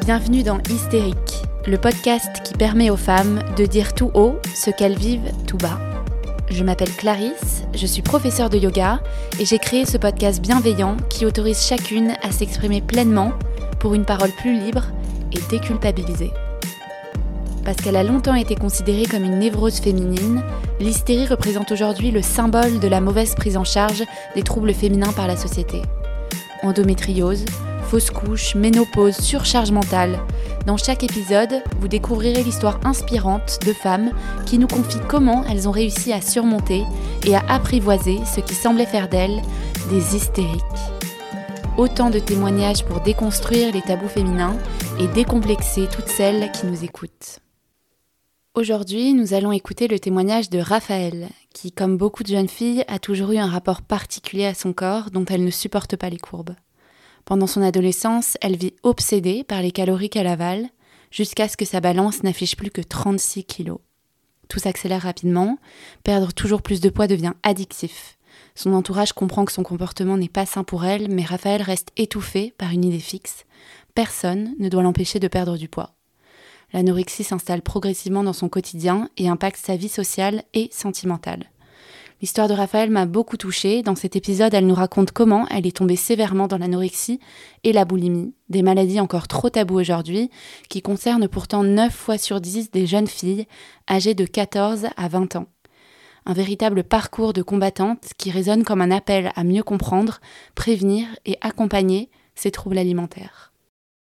Bienvenue dans Hystérique, le podcast qui permet aux femmes de dire tout haut ce qu'elles vivent tout bas. Je m'appelle Clarisse, je suis professeure de yoga et j'ai créé ce podcast bienveillant qui autorise chacune à s'exprimer pleinement pour une parole plus libre et déculpabilisée. Parce qu'elle a longtemps été considérée comme une névrose féminine, l'hystérie représente aujourd'hui le symbole de la mauvaise prise en charge des troubles féminins par la société. Endométriose, fausse couche, ménopause, surcharge mentale. Dans chaque épisode, vous découvrirez l'histoire inspirante de femmes qui nous confient comment elles ont réussi à surmonter et à apprivoiser ce qui semblait faire d'elles des hystériques. Autant de témoignages pour déconstruire les tabous féminins et décomplexer toutes celles qui nous écoutent. Aujourd'hui, nous allons écouter le témoignage de Raphaëlle, qui, comme beaucoup de jeunes filles, a toujours eu un rapport particulier à son corps dont elle ne supporte pas les courbes. Pendant son adolescence, elle vit obsédée par les calories qu'elle avale, jusqu'à ce que sa balance n'affiche plus que 36 kilos. Tout s'accélère rapidement, perdre toujours plus de poids devient addictif. Son entourage comprend que son comportement n'est pas sain pour elle, mais Raphaëlle reste étouffée par une idée fixe. Personne ne doit l'empêcher de perdre du poids. L'anorexie s'installe progressivement dans son quotidien et impacte sa vie sociale et sentimentale. L'histoire de Raphaëlle m'a beaucoup touchée. Dans cet épisode, elle nous raconte comment elle est tombée sévèrement dans l'anorexie et la boulimie, des maladies encore trop taboues aujourd'hui, qui concernent pourtant 9 fois sur 10 des jeunes filles âgées de 14 à 20 ans. Un véritable parcours de combattante qui résonne comme un appel à mieux comprendre, prévenir et accompagner ces troubles alimentaires.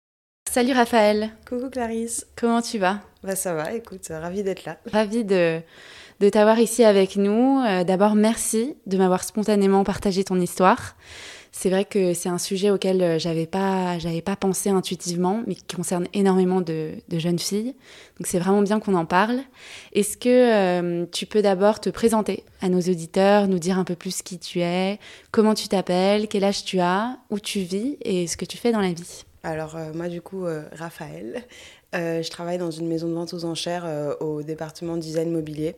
Salut Raphaëlle. Coucou Clarisse. Comment tu vas ? Ça va, écoute, ravie d'être là. Ravie de t'avoir ici avec nous. D'abord, merci de m'avoir spontanément partagé ton histoire. C'est vrai que c'est un sujet auquel j'avais pas pensé intuitivement, mais qui concerne énormément de jeunes filles. Donc c'est vraiment bien qu'on en parle. Est-ce que tu peux d'abord te présenter à nos auditeurs, nous dire un peu plus qui tu es, comment tu t'appelles, quel âge tu as, où tu vis et ce que tu fais dans la vie ? Alors moi du coup, Raphaëlle, je travaille dans une maison de vente aux enchères au département design mobilier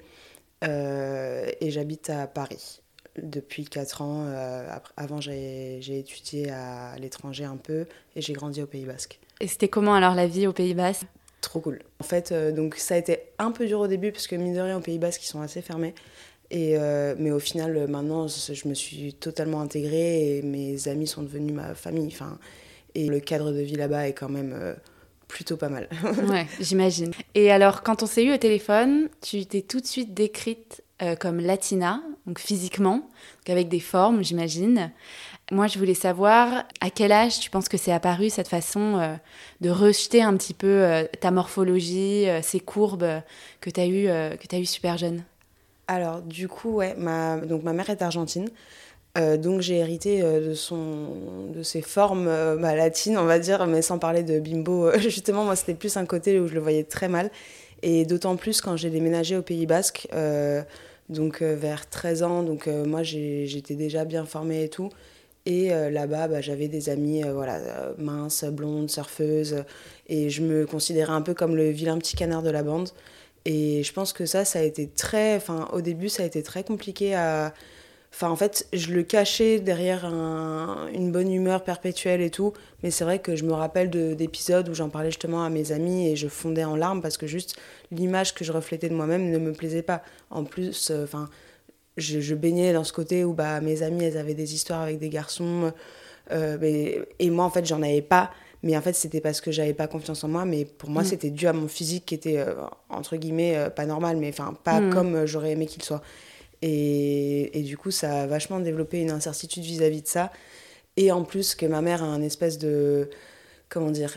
et j'habite à Paris depuis 4 ans. Avant j'ai étudié à l'étranger un peu et j'ai grandi au Pays Basque. Et c'était comment alors la vie au Pays Basque ? Trop cool. En fait, donc ça a été un peu dur au début parce que mine de rien au Pays Basque ils sont assez fermés. Mais au final maintenant je me suis totalement intégrée et mes amis sont devenus ma famille. Et le cadre de vie là-bas est quand même plutôt pas mal. Ouais, j'imagine. Et alors, quand on s'est eu au téléphone, tu t'es tout de suite décrite comme latina, donc physiquement, donc avec des formes, j'imagine. Moi, je voulais savoir à quel âge tu penses que c'est apparu cette façon de rejeter un petit peu ta morphologie, ces courbes que t'as eues super jeune. Alors, du coup, ouais, ma mère est argentine. Donc j'ai hérité de ses formes latines, on va dire, mais sans parler de bimbo. Justement, moi, c'était plus un côté où je le voyais très mal. Et d'autant plus quand j'ai déménagé au Pays Basque, vers 13 ans. Donc moi, j'étais déjà bien formée et tout. Et là-bas, j'avais des amies minces, blondes, surfeuses. Et je me considérais un peu comme le vilain petit canard de la bande. Et je pense que ça a été au début, ça a été très compliqué à... en fait, je le cachais derrière une bonne humeur perpétuelle et tout, mais c'est vrai que je me rappelle d'épisodes où j'en parlais justement à mes amis et je fondais en larmes parce que juste l'image que je reflétais de moi-même ne me plaisait pas. En plus, je baignais dans ce côté où mes amies, elles avaient des histoires avec des garçons, et moi, en fait, j'en avais pas. Mais en fait, c'était parce que j'avais pas confiance en moi, mais pour moi, c'était dû à mon physique qui était, entre guillemets, pas normal, mais pas comme j'aurais aimé qu'il soit. Et du coup, ça a vachement développé une incertitude vis-à-vis de ça. Et en plus, que ma mère a un espèce de... Comment dire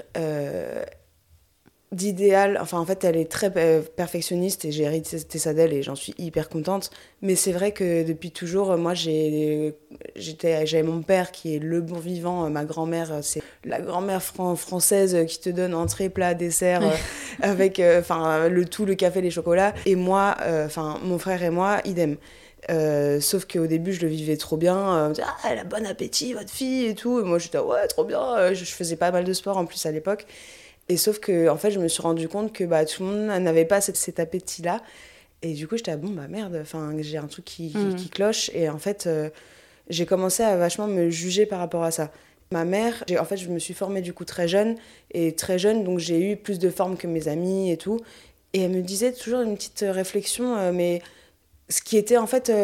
d'idéal. En fait, elle est très perfectionniste et j'ai hérité ça d'elle et j'en suis hyper contente. Mais c'est vrai que depuis toujours, moi, j'avais mon père qui est le bon vivant. Ma grand-mère, c'est la grand-mère française qui te donne entrée, plat, dessert, avec le café, les chocolats. Et moi, mon frère et moi, idem. Sauf qu'au début je le vivais trop bien, elle a bon appétit votre fille et tout, et moi j'étais ouais trop bien, je faisais pas mal de sport en plus à l'époque, et sauf que en fait je me suis rendu compte que tout le monde n'avait pas cet appétit là, et du coup j'étais merde, j'ai un truc qui cloche, et en fait j'ai commencé à vachement me juger par rapport à ça. Ma mère, en fait, je me suis formée du coup très jeune, donc j'ai eu plus de formes que mes amis et tout. Et elle me disait toujours une petite réflexion, mais ce qui était en fait,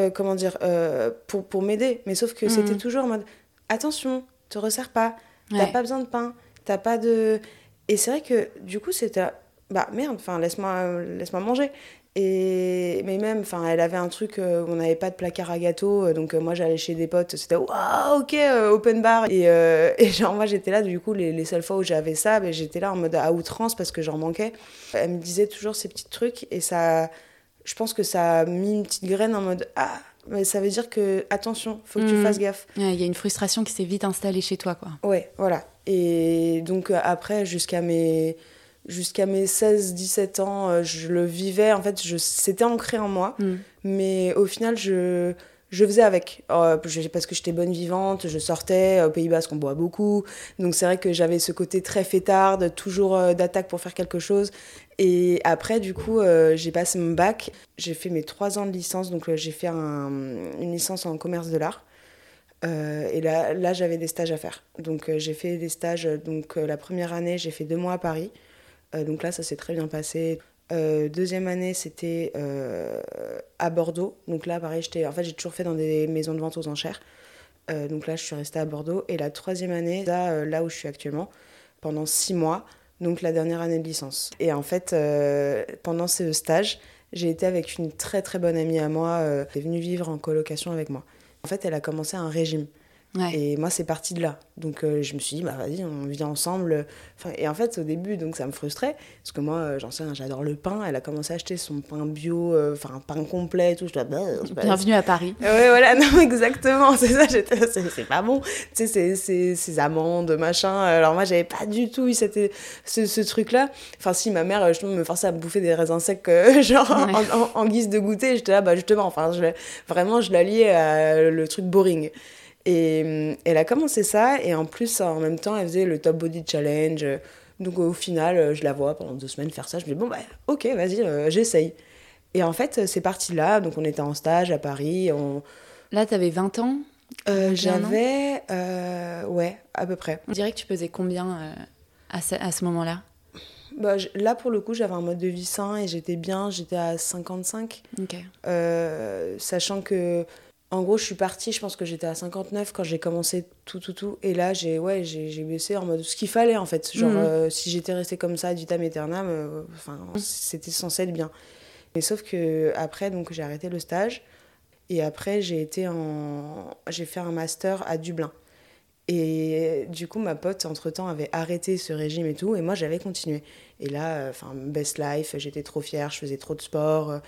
pour m'aider. Mais sauf que c'était toujours en mode, attention, te resserre pas, t'as pas besoin de pain, t'as pas de... Et c'est vrai que du coup, c'était, bah merde, enfin, laisse-moi manger. Mais même, enfin, elle avait un truc où on n'avait pas de placard à gâteaux, donc moi j'allais chez des potes, c'était waouh, ok, open bar. Et genre, moi j'étais là, du coup, les seules fois où j'avais ça, ben, j'étais là en mode à outrance parce que j'en manquais. Elle me disait toujours ces petits trucs, et ça, je pense que ça a mis une petite graine en mode ah, mais ça veut dire que attention, faut que tu fasses gaffe. Il y a une frustration qui s'est vite installée chez toi, quoi. Ouais, voilà. Et donc après, jusqu'à mes 16-17 ans, je le vivais, en fait, c'était ancré en moi, mais au final, je faisais avec, parce que j'étais bonne vivante, je sortais, au Pays Basque, on boit beaucoup, donc c'est vrai que j'avais ce côté très fêtarde, toujours d'attaque pour faire quelque chose. Et après, du coup, j'ai passé mon bac, j'ai fait mes 3 ans de licence, donc j'ai fait une licence en commerce de l'art. Et là, j'avais des stages à faire. Donc, j'ai fait des stages. Donc, la première année, j'ai fait 2 mois à Paris. Donc là, ça s'est très bien passé. Deuxième année, c'était à Bordeaux. Donc là, pareil, j'ai toujours fait dans des maisons de vente aux enchères. Donc là, je suis restée à Bordeaux. Et la troisième année, là où je suis actuellement, pendant 6 mois. Donc la dernière année de licence. Et en fait, pendant ce stage, j'ai été avec une très très bonne amie à moi. Elle est venue vivre en colocation avec moi. En fait, elle a commencé un régime. Ouais. Et moi, c'est parti de là. Donc, je me suis dit, bah vas-y, on vit ensemble. Enfin, et en fait, au début, donc, ça me frustrait. Parce que moi, j'en sais rien, j'adore le pain. Elle a commencé à acheter son pain bio, un pain complet et tout. Je dis, bienvenue à Paris. Ouais, voilà, non, exactement. C'est ça, c'est pas bon. Tu sais, ces amandes, machin. Alors, moi, j'avais pas du tout eu ce truc-là. Enfin, si, ma mère, je me forçait à me bouffer des raisins secs, en guise de goûter. J'étais là, bah justement, enfin, je l'alliais à le truc boring. Et elle a commencé ça, et en plus, en même temps, elle faisait le Top Body Challenge. Donc au final, je la vois pendant 2 semaines faire ça. Je me dis, bon, bah, ok, vas-y, j'essaye. Et en fait, c'est parti là. Donc on était en stage à Paris. Là, t'avais 20 ans J'avais... ouais, à peu près. On dirait que tu pesais combien à ce moment-là? Bah, là, pour le coup, j'avais un mode de vie sain et j'étais bien. J'étais à 55. Ok. Sachant que... En gros, je suis partie, je pense que j'étais à 59 quand j'ai commencé tout. Et là, j'ai baissé en mode ce qu'il fallait, en fait. Genre, si j'étais restée comme ça, ad vitam aeternam, c'était censé être bien. Mais sauf que après, donc, j'ai arrêté le stage. Et après, j'ai fait un master à Dublin. Et du coup, ma pote, entre-temps, avait arrêté ce régime et tout. Et moi, j'avais continué. Et là, best life, j'étais trop fière, je faisais trop de sport.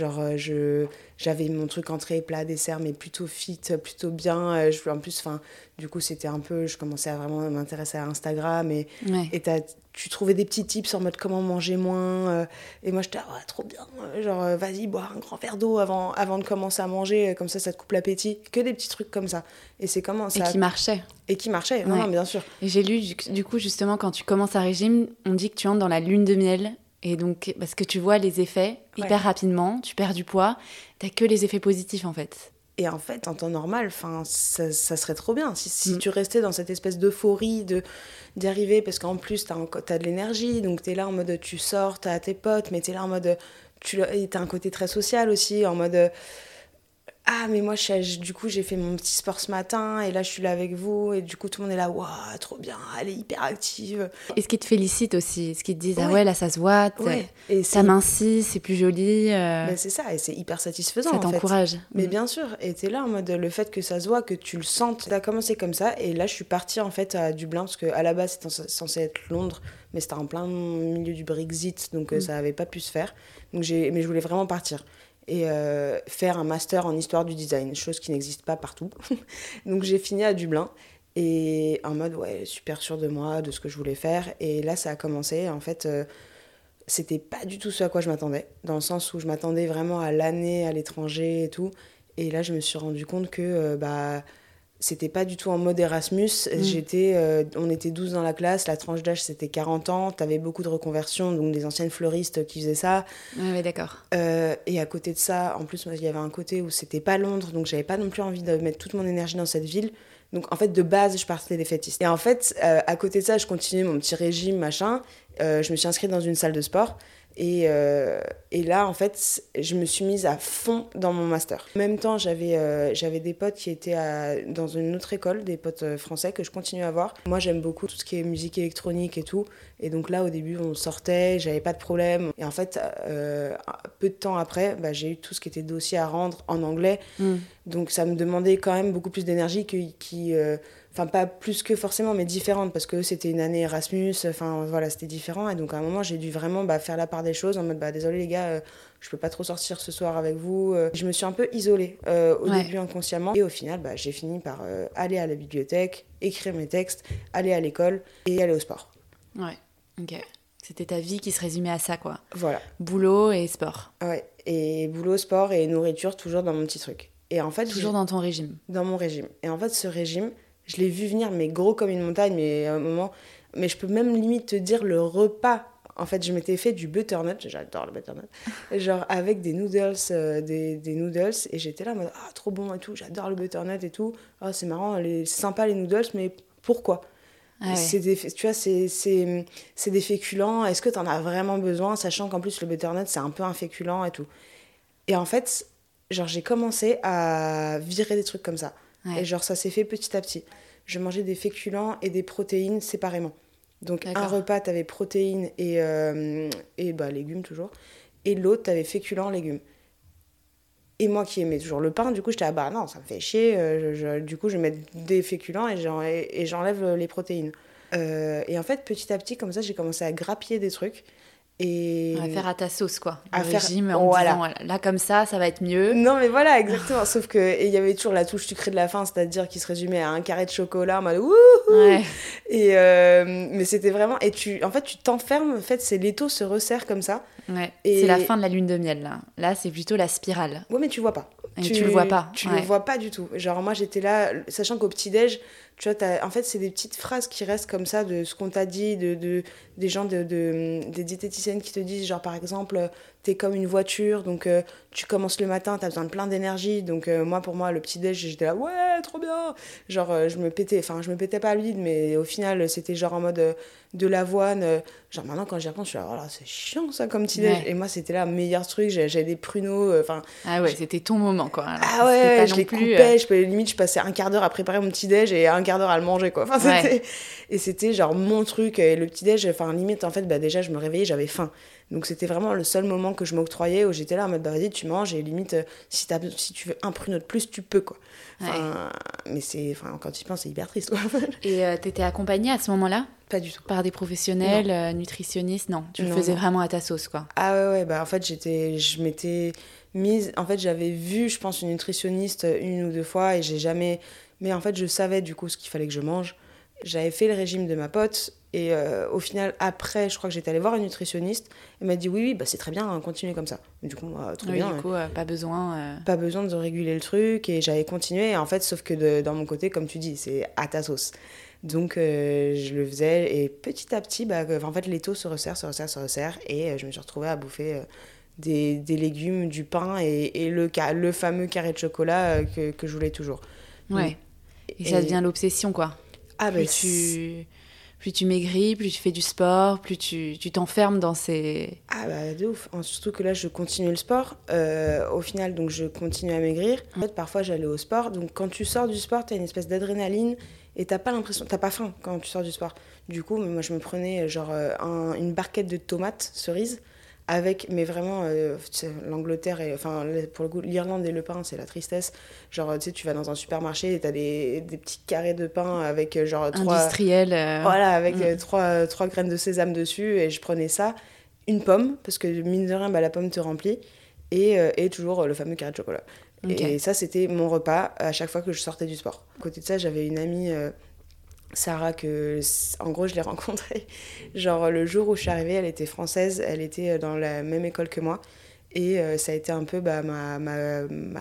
J'avais mon truc entrée, plat, dessert, mais plutôt fit, plutôt bien. En plus, du coup, c'était un peu... Je commençais à vraiment m'intéresser à Instagram. Et tu trouvais des petits tips en mode comment manger moins. Et moi, j'étais, trop bien. Vas-y, boire un grand verre d'eau avant de commencer à manger. Comme ça te coupe l'appétit. Que des petits trucs comme ça. Et c'est comment ça... Et qui marchait. Non, bien sûr. Et j'ai lu, du coup, justement, quand tu commences un régime, on dit que tu entres dans la lune de miel. Et donc, parce que tu vois les effets hyper rapidement, tu perds du poids, t'as que les effets positifs, en fait. Et en fait, en temps normal, ça serait trop bien. Si tu restais dans cette espèce d'euphorie d'y arriver, parce qu'en plus, t'as de l'énergie, donc t'es là en mode, tu sors, t'as tes potes, mais t'es là en mode, t'as un côté très social aussi, en mode... Ah, mais moi, du coup, j'ai fait mon petit sport ce matin, et là, je suis là avec vous, et du coup, tout le monde est là, waouh, trop bien, elle est hyper active. Est-ce qu'ils te félicitent aussi? Est-ce qu'ils te disent, ah ouais, là, ça se voit, ça mincit, c'est plus joli Mais c'est ça, et c'est hyper satisfaisant, ça t'encourage. Mais bien sûr, et t'es là en mode, le fait que ça se voit, que tu le sentes, ça a commencé comme ça, et là, je suis partie, en fait, à Dublin, parce qu'à la base, c'était censé être Londres, mais c'était en plein milieu du Brexit, donc ça n'avait pas pu se faire. Mais je voulais vraiment partir. Et faire un master en histoire du design, chose qui n'existe pas partout. Donc j'ai fini à Dublin, et en mode, super sûre de moi, de ce que je voulais faire. Et là, ça a commencé, en fait, c'était pas du tout ce à quoi je m'attendais, dans le sens où je m'attendais vraiment à l'année à l'étranger et tout. Et là, je me suis rendu compte que c'était pas du tout en mode Erasmus. On était 12 dans la classe, la tranche d'âge c'était 40 ans, t'avais beaucoup de reconversions, donc des anciennes fleuristes qui faisaient ça. Ouais, d'accord. Et à côté de ça, en plus, moi, il y avait un côté où c'était pas Londres, donc j'avais pas non plus envie de mettre toute mon énergie dans cette ville. Donc en fait, de base, je partais des fétistes. Et en fait, à côté de ça, je continuais mon petit régime, machin. Je me suis inscrite dans une salle de sport. Et là, en fait, je me suis mise à fond dans mon master. En même temps, j'avais des potes qui étaient dans une autre école, des potes français que je continue à voir. Moi, j'aime beaucoup tout ce qui est musique électronique et tout. Et donc là, au début, on sortait, j'avais pas de problème. Et en fait, peu de temps après, j'ai eu tout ce qui était dossier à rendre en anglais. Donc ça me demandait quand même beaucoup plus d'énergie enfin pas plus que forcément, mais différente, parce que c'était une année Erasmus, enfin voilà, c'était différent. Et donc à un moment, j'ai dû vraiment faire la part des choses en mode désolé les gars, je peux pas trop sortir ce soir avec vous. Je me suis un peu isolée au début inconsciemment. Et au final, j'ai fini par aller à la bibliothèque, écrire mes textes, aller à l'école et aller au sport. Ouais, ok. C'était ta vie qui se résumait à ça, quoi. Voilà. Boulot et sport. Ouais, et boulot, sport et nourriture, toujours dans mon petit truc. Et en fait, toujours dans ton régime. Dans mon régime. Et en fait, ce régime, je l'ai vu venir, mais gros comme une montagne, mais à un moment... Mais je peux même limite te dire le repas. En fait, je m'étais fait du butternut, j'adore le butternut, genre avec des noodles, des noodles, et j'étais là en mode, ah, trop bon et tout, j'adore le butternut et tout. Ah, c'est marrant, c'est sympa les noodles, mais pourquoi ? Ah ouais. Tu vois, c'est des féculents, est-ce que t'en as vraiment besoin, sachant qu'en plus le butternut, c'est un peu un féculent et tout. Et en fait, genre, j'ai commencé à virer des trucs comme ça. Ouais. Et genre, ça s'est fait petit à petit. Je mangeais des féculents et des protéines séparément. Donc, un repas, t'avais protéines et légumes toujours. Et l'autre, t'avais féculents, légumes. Et moi qui aimais toujours le pain, du coup, j'étais non, ça me fait chier. Du coup, je vais mettre des féculents et j'enlève les protéines. Et en fait, petit à petit, comme ça, j'ai commencé à grappiller des trucs. Et à faire à ta sauce, quoi. Le régime en disant, voilà, là, comme ça va être mieux. Non, mais voilà, exactement. Sauf qu'il y avait toujours la touche sucrée de la fin, c'est-à-dire qui se résumait à un carré de chocolat, en mode wouhou. Ouais. Et mais c'était vraiment... Et tu t'enfermes, en fait, l'étau se resserre comme ça. Ouais, c'est la fin de la lune de miel, là. Là, c'est plutôt la spirale. Ouais, mais tu vois pas. Tu le vois pas. Tu le vois pas du tout. Genre, moi, j'étais là, sachant qu'au petit-déj, tu vois, en fait, c'est des petites phrases qui restent comme ça de ce qu'on t'a dit, des gens, des diététiciennes qui te disent, genre, par exemple, t'es comme une voiture, donc tu commences le matin, t'as besoin de plein d'énergie. Donc, pour moi, le petit-déj, j'étais là, ouais, trop bien. Genre, je me pétais pas à l'huile, mais au final, c'était genre en mode de l'avoine. Genre, maintenant, quand j'y repense, je suis là, oh là, c'est chiant, ça, comme petit-déj. Ouais. Et moi, c'était là, meilleur truc, j'avais des pruneaux, ah ouais, c'était ton moment, quoi. Alors, ah ouais, je les coupais, limite, je passais un quart d'heure à préparer mon petit-déj et un quart d'heure à le manger, quoi. Enfin, c'était genre mon truc. Et le petit-déj, limite, en fait, déjà, je me réveillais, j'avais faim. Donc, c'était vraiment le seul moment que je m'octroyais où j'étais là en mode, vas-y, tu manges. Et limite, si tu veux un pruneau de plus, tu peux, quoi. Mais quand tu y penses, c'est hyper triste, quoi. Et t'étais accompagnée à ce moment-là ? Pas du tout. Par des professionnels, nutritionnistes ? Non, tu le faisais vraiment à ta sauce, quoi. Ah ouais, en fait, je m'étais mise... En fait, j'avais vu, je pense, une nutritionniste une ou deux fois et j'ai jamais... Mais en fait, je savais, du coup, ce qu'il fallait que je mange. J'avais fait le régime de ma pote et au final, après, je crois que j'étais allée voir une nutritionniste. Elle m'a dit, oui, c'est très bien, continuez comme ça. Du coup, trop bien. Du coup, pas besoin... Pas besoin de réguler le truc et j'avais continué. Et en fait, sauf que dans mon côté, comme tu dis, c'est à ta sauce. Donc, je le faisais et petit à petit, en fait, l'étau se resserre et je me suis retrouvée à bouffer des légumes, du pain et le fameux carré de chocolat que je voulais toujours. Ouais, et ça devient l'obsession, quoi. Ah, plus tu maigris, plus tu fais du sport, plus tu t'enfermes dans ces... Ah de ouf. Surtout que là, je continue le sport. Au final, donc, je continue à maigrir. En fait, parfois, j'allais au sport. Donc, quand tu sors du sport, t'as une espèce d'adrénaline et t'as pas faim quand tu sors du sport. Du coup, moi, je me prenais genre une barquette de tomates cerises avec, mais vraiment, l'Angleterre et, pour le coup, l'Irlande et le pain, c'est la tristesse. Genre, tu sais, tu vas dans un supermarché et t'as des petits carrés de pain avec, genre, industriel. Voilà, avec trois graines de sésame dessus, et je prenais ça. Une pomme, parce que mine de rien, la pomme te remplit, et toujours le fameux carré de chocolat. Okay. Et ça, c'était mon repas à chaque fois que je sortais du sport. À côté de ça, j'avais une amie... Sarah, en gros je l'ai rencontrée genre le jour où je suis arrivée, elle était française, elle était dans la même école que moi et ça a été un peu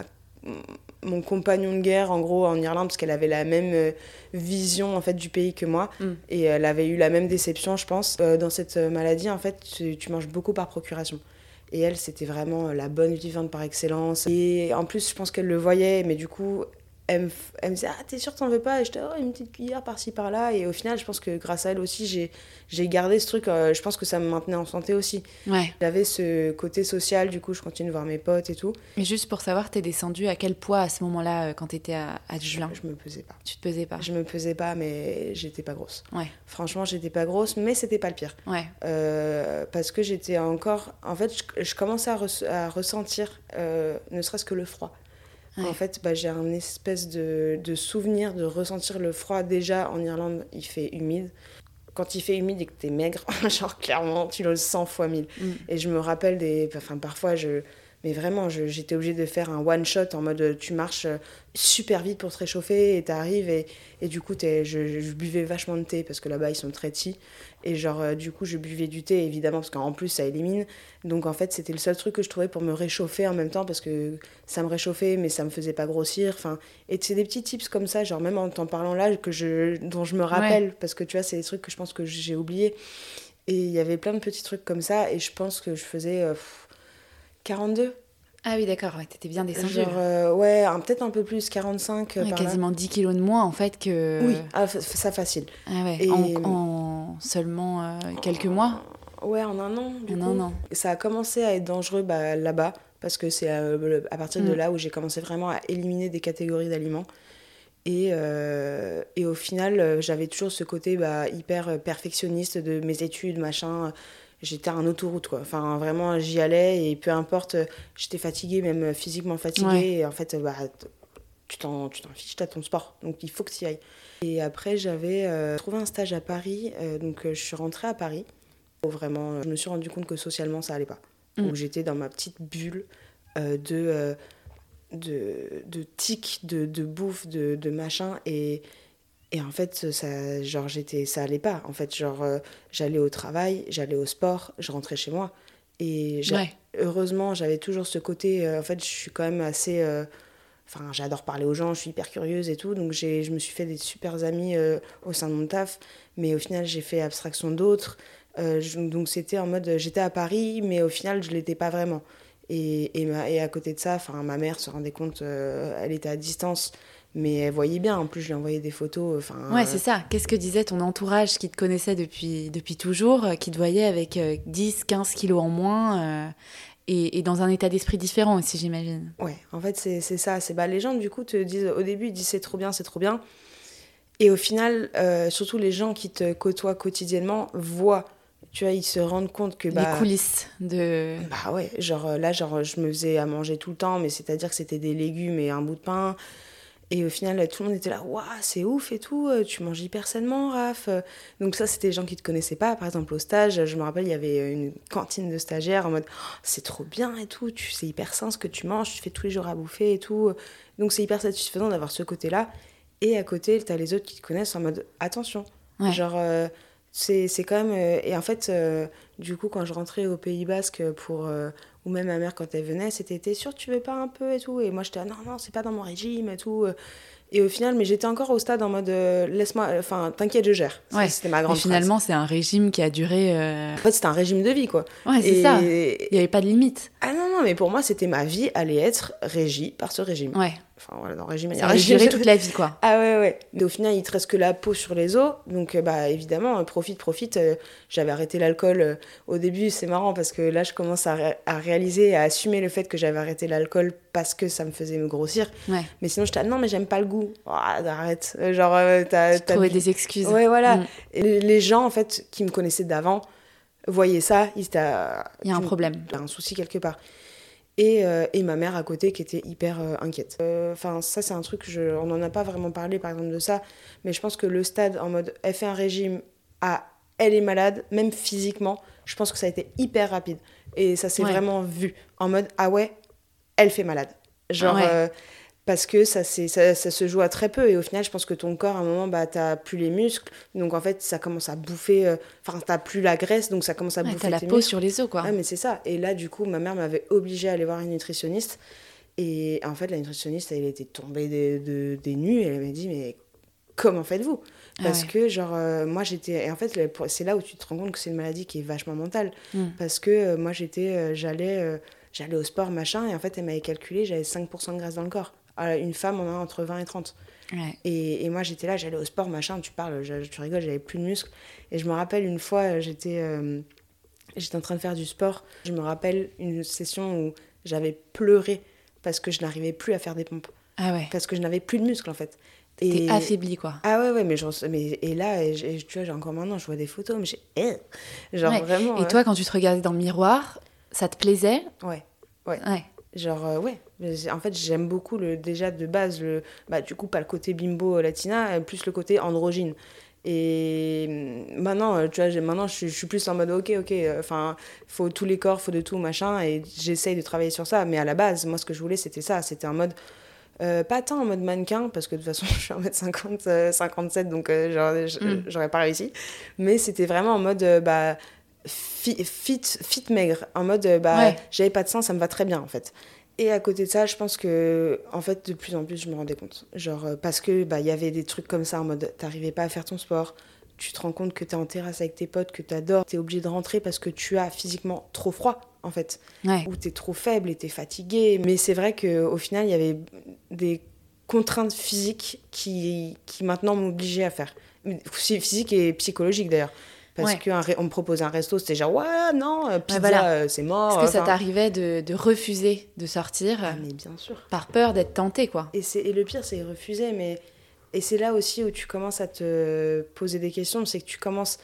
mon compagnon de guerre, en gros, en Irlande, parce qu'elle avait la même vision, en fait, du pays que moi. Et elle avait eu la même déception, je pense. Dans cette maladie, en fait, tu manges beaucoup par procuration. Et elle, c'était vraiment la bonne vivante par excellence. Et en plus, je pense qu'elle le voyait, mais du coup, elle me disait « Ah, t'es sûre que t'en veux pas ?» Et j'étais « Oh, une petite cuillère par-ci, par-là. » Et au final, je pense que grâce à elle aussi, j'ai gardé ce truc. Je pense que ça me maintenait en santé aussi. Ouais. J'avais ce côté social, du coup, je continue de voir mes potes et tout. Mais juste pour savoir, t'es descendue à quel poids à ce moment-là, quand t'étais à Dublin ? Je me pesais pas. Tu te pesais pas ? Je me pesais pas, mais j'étais pas grosse. Ouais. Franchement, j'étais pas grosse, mais c'était pas le pire. Ouais. Parce que j'étais encore... En fait, je commençais à ressentir ne serait-ce que le froid. Ouais. En fait, j'ai un espèce de souvenir de ressentir le froid. Déjà, en Irlande, il fait humide. Quand il fait humide et que t'es maigre, genre clairement, tu le sens fois 1000. Et je me rappelle parfois, mais vraiment, j'étais obligée de faire un one-shot en mode tu marches super vite pour te réchauffer et t'arrives et du coup, je buvais vachement de thé parce que là-bas, ils sont très tea. Et genre, du coup, je buvais du thé, évidemment, parce qu'en plus, ça élimine. Donc, en fait, c'était le seul truc que je trouvais pour me réchauffer en même temps parce que ça me réchauffait, mais ça me faisait pas grossir. Enfin, et c'est des petits tips comme ça, genre même en t'en parlant là, dont je me rappelle, parce que tu vois, c'est des trucs que je pense que j'ai oubliés. Et il y avait plein de petits trucs comme ça, et je pense que je faisais 42. Ah oui, d'accord, ouais, t'étais bien descendue. Genre, peut-être un peu plus, 45. Quasiment 10 kilos de moins, en fait, que... Oui, ça facile. Ah ouais, et... en seulement quelques mois ? Ouais, en un an, du coup. Un an. Ça a commencé à être dangereux là-bas, parce que c'est à partir de là où j'ai commencé vraiment à éliminer des catégories d'aliments. Et au final, j'avais toujours ce côté hyper perfectionniste de mes études, machin. J'étais en autoroute, quoi. Enfin, vraiment, j'y allais et peu importe, j'étais fatiguée, même physiquement fatiguée. Ouais. Et en fait, tu t'en fiches, t'as ton sport. Donc, il faut que tu y ailles. Et après, j'avais trouvé un stage à Paris. Donc, je suis rentrée à Paris. Vraiment, je me suis rendu compte que socialement, ça allait pas. Donc, j'étais dans ma petite bulle de tics, de bouffe, de machin. Et en fait, ça allait pas. En fait, j'allais au travail, j'allais au sport, je rentrais chez moi. Et heureusement, j'avais toujours ce côté... en fait, je suis quand même assez... j'adore parler aux gens, je suis hyper curieuse et tout. Donc, je me suis fait des super amis au sein de mon taf. Mais au final, j'ai fait abstraction d'autres. Donc, c'était en mode... J'étais à Paris, mais au final, je l'étais pas vraiment. Et à côté de ça, ma mère se rendait compte... elle était à distance... Mais elle voyait bien, en plus je lui envoyais des photos. Ouais, c'est ça. Qu'est-ce que disait ton entourage qui te connaissait depuis toujours, qui te voyait avec 10, 15 kilos en moins et dans un état d'esprit différent aussi, j'imagine. Ouais, en fait c'est ça. Les gens du coup te disent, au début ils disent c'est trop bien. Et au final, surtout les gens qui te côtoient quotidiennement voient, tu vois, ils se rendent compte que... les coulisses de... ouais, là, je me faisais à manger tout le temps, mais c'est-à-dire que c'était des légumes et un bout de pain... Et au final, tout le monde était là, waouh, c'est ouf et tout, tu manges hyper sainement, Raph. Donc ça, c'était des gens qui ne te connaissaient pas. Par exemple, au stage, je me rappelle, il y avait une cantine de stagiaires en mode, oh, c'est trop bien et tout, c'est hyper sain ce que tu manges, tu fais tous les jours à bouffer et tout. Donc c'est hyper satisfaisant d'avoir ce côté-là. Et à côté, t'as les autres qui te connaissent en mode, attention. Ouais. Genre, c'est quand même... et en fait, du coup, quand je rentrais au Pays Basque ou même ma mère quand elle venait, c'était « T'es sûre que tu veux pas un peu ?» et tout. Et moi, j'étais « Non, c'est pas dans mon régime et tout. » Et au final, mais j'étais encore au stade en mode laisse-moi, t'inquiète, je gère. Ouais. C'était ma grande phrase. Finalement, c'est un régime qui a duré... En fait, c'était un régime de vie, quoi. Ouais, c'est ça. Il n'y avait pas de limite. Ah non, mais pour moi, c'était ma vie allait être régie par ce régime. Ouais. Enfin, voilà, dans le régime, il y a régime. Ça a duré toute la vie, quoi. Ah ouais. Mais au final, il te reste que la peau sur les os. Donc, évidemment, profite. J'avais arrêté l'alcool. Au début, c'est marrant parce que là, je commence à réaliser, à assumer le fait que j'avais arrêté l'alcool parce que ça me faisait me grossir. Ouais. Mais sinon, j'étais non, mais j'aime pas le goût. Oh, arrête. Genre, t'as des excuses. Ouais, voilà. Et les gens, en fait, qui me connaissaient d'avant, voyaient ça. Il y a un problème. Il y a un souci quelque part. Et ma mère à côté qui était hyper inquiète. Ça, c'est un truc, on n'en a pas vraiment parlé, par exemple, de ça. Mais je pense que le stade en mode, elle fait un régime, elle est malade, même physiquement, je pense que ça a été hyper rapide. Et ça s'est vraiment vu. En mode, ah ouais, elle fait malade. Genre, parce que ça se joue à très peu. Et au final, je pense que ton corps, à un moment, t'as plus les muscles. Donc, en fait, ça commence à bouffer... t'as plus la graisse, donc ça commence à bouffer tes muscles. T'as la peau sur les os, quoi. Ouais, mais c'est ça. Et là, du coup, ma mère m'avait obligée à aller voir une nutritionniste. Et en fait, la nutritionniste, elle était tombée des nues et elle m'a dit, mais comment faites-vous ? Parce que, genre, moi, j'étais... Et en fait, c'est là où tu te rends compte que c'est une maladie qui est vachement mentale. Parce que moi, j'allais au sport, machin, et en fait, elle m'avait calculé, j'avais 5% de graisse dans le corps. Alors, une femme en a entre 20 et 30. Ouais. Et moi, j'étais là, j'allais au sport, machin, tu rigoles, j'avais plus de muscles. Et je me rappelle, une fois, j'étais en train de faire du sport. Je me rappelle une session où j'avais pleuré parce que je n'arrivais plus à faire des pompes. Ah ouais. Parce que je n'avais plus de muscles, en fait. T'es affaiblie, quoi. Ah ouais, mais et là, tu vois, encore maintenant, je vois des photos, mais genre ouais. vraiment... Et toi, quand tu te regardais dans le miroir, ça te plaisait ? Ouais. Genre, ouais. En fait, j'aime beaucoup, déjà, de base, du coup, pas le côté bimbo latina, plus le côté androgyne. Et maintenant, tu vois, maintenant, je suis plus en mode, ok, enfin, faut tous les corps, faut de tout, machin, et j'essaye de travailler sur ça. Mais à la base, moi, ce que je voulais, c'était ça. C'était un mode... pas tant en mode mannequin, parce que de toute façon, je suis en mode 57, donc j'aurais pas réussi. Mais c'était vraiment en mode... fit maigre, en mode j'avais pas de sein, ça me va très bien en fait. Et à côté de ça, je pense que en fait de plus en plus je me rendais compte, genre parce que y avait des trucs comme ça en mode t'arrivais pas à faire ton sport, tu te rends compte que t'es en terrasse avec tes potes, que t'adores, t'es obligé de rentrer parce que tu as physiquement trop froid en fait, ou t'es trop faible et t'es fatigué. Mais c'est vrai qu'au final il y avait des contraintes physiques qui maintenant m'obligeaient à faire, physique et psychologique d'ailleurs. Parce qu'on me proposait un resto, c'était genre, ouais, non, pizza, voilà. C'est mort. Est-ce que ça t'arrivait de refuser de sortir mais bien sûr. Par peur d'être tentée, quoi. Et le pire, c'est refuser, mais... Et c'est là aussi où tu commences à te poser des questions, c'est que tu commences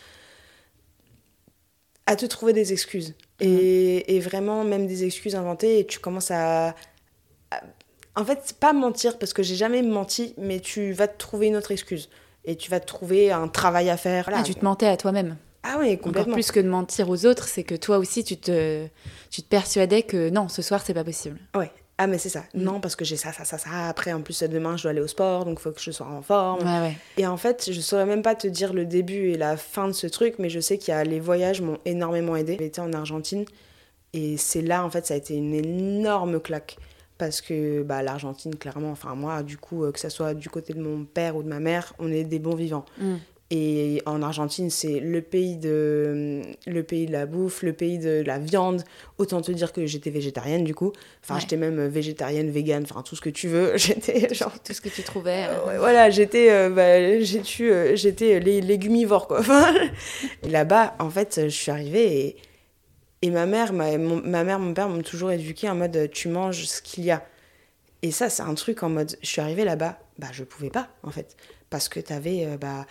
à te trouver des excuses. Et vraiment, même des excuses inventées, et tu commences à... En fait, pas mentir, parce que j'ai jamais menti, mais tu vas te trouver une autre excuse. Et tu vas te trouver un travail à faire. Là. Ah, tu te mentais à toi-même. Ah oui, complètement. Encore plus que de mentir aux autres, c'est que toi aussi, tu te persuadais que non, ce soir, c'est pas possible. Ouais. Ah, mais c'est ça. Non, parce que j'ai ça. Après, en plus, demain, je dois aller au sport, donc il faut que je sois en forme. Ouais. Et en fait, je saurais même pas te dire le début et la fin de ce truc, mais je sais qu'il y a les voyages m'ont énormément aidée. J'étais en Argentine, et c'est là, en fait, ça a été une énorme claque. Parce que l'Argentine, clairement, enfin moi, du coup, que ça soit du côté de mon père ou de ma mère, on est des bons vivants. Et en Argentine, c'est le pays de la bouffe, le pays de la viande. Autant te dire que j'étais végétarienne, du coup. Enfin, j'étais même végétarienne, végane, enfin, tout ce que tu veux. J'étais genre... Tout ce que tu trouvais. Voilà, j'étais les légumivores, quoi. Et là-bas, en fait, je suis arrivée et ma mère, mon père m'ont toujours éduquée en mode tu manges ce qu'il y a. Et ça, c'est un truc en mode je suis arrivée là-bas, je pouvais pas en fait. Parce que t'avais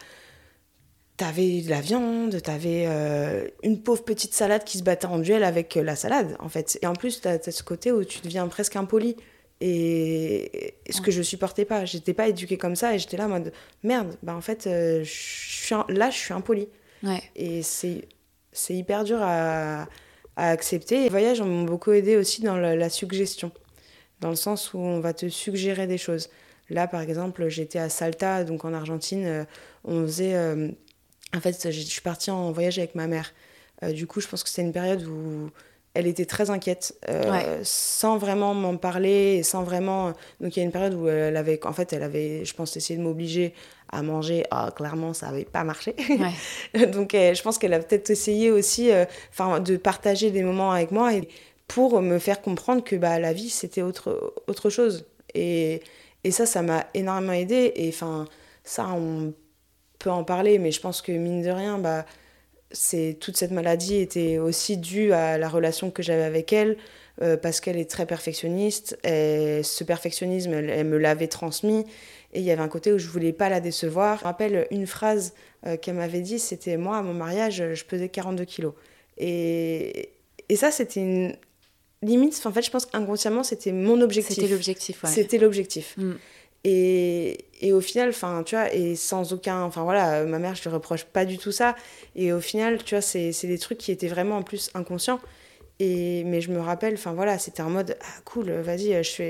de la viande, t'avais une pauvre petite salade qui se battait en duel avec la salade en fait. Et en plus, t'as ce côté où tu deviens presque impoli. Et ce que je supportais pas. J'étais pas éduquée comme ça et j'étais là en mode merde, en fait, je suis impolie. Ouais. Et c'est hyper dur à accepter. Les voyages m'ont beaucoup aidé aussi dans la suggestion, dans le sens où on va te suggérer des choses. Là, par exemple, j'étais à Salta, donc en Argentine, on faisait... en fait, je suis partie en voyage avec ma mère. Du coup, je pense que c'était une période où elle était très inquiète, sans vraiment m'en parler, et sans vraiment... Donc, il y a une période où elle avait, je pense, essayé de m'obliger à manger. Clairement, ça n'avait pas marché. Ouais. Donc, je pense qu'elle a peut-être essayé aussi de partager des moments avec moi pour me faire comprendre que la vie, c'était autre chose. Et ça m'a énormément aidée. Et ça, on peut en parler, mais je pense que, mine de rien, toute cette maladie était aussi due à la relation que j'avais avec elle, parce qu'elle est très perfectionniste. Et ce perfectionnisme, elle me l'avait transmis. Et il y avait un côté où je voulais pas la décevoir. Je me rappelle une phrase qu'elle m'avait dit, c'était « Moi, à mon mariage, je pesais 42 kilos. » Et ça, c'était une limite. En fait, je pense qu'inconsciemment, c'était mon objectif. C'était l'objectif, ouais. C'était l'objectif. Et au final, tu vois, et sans aucun... ma mère, je lui reproche pas du tout ça. Et au final, tu vois, c'est des trucs qui étaient vraiment en plus inconscients. Mais je me rappelle, c'était en mode, ah cool, vas-y,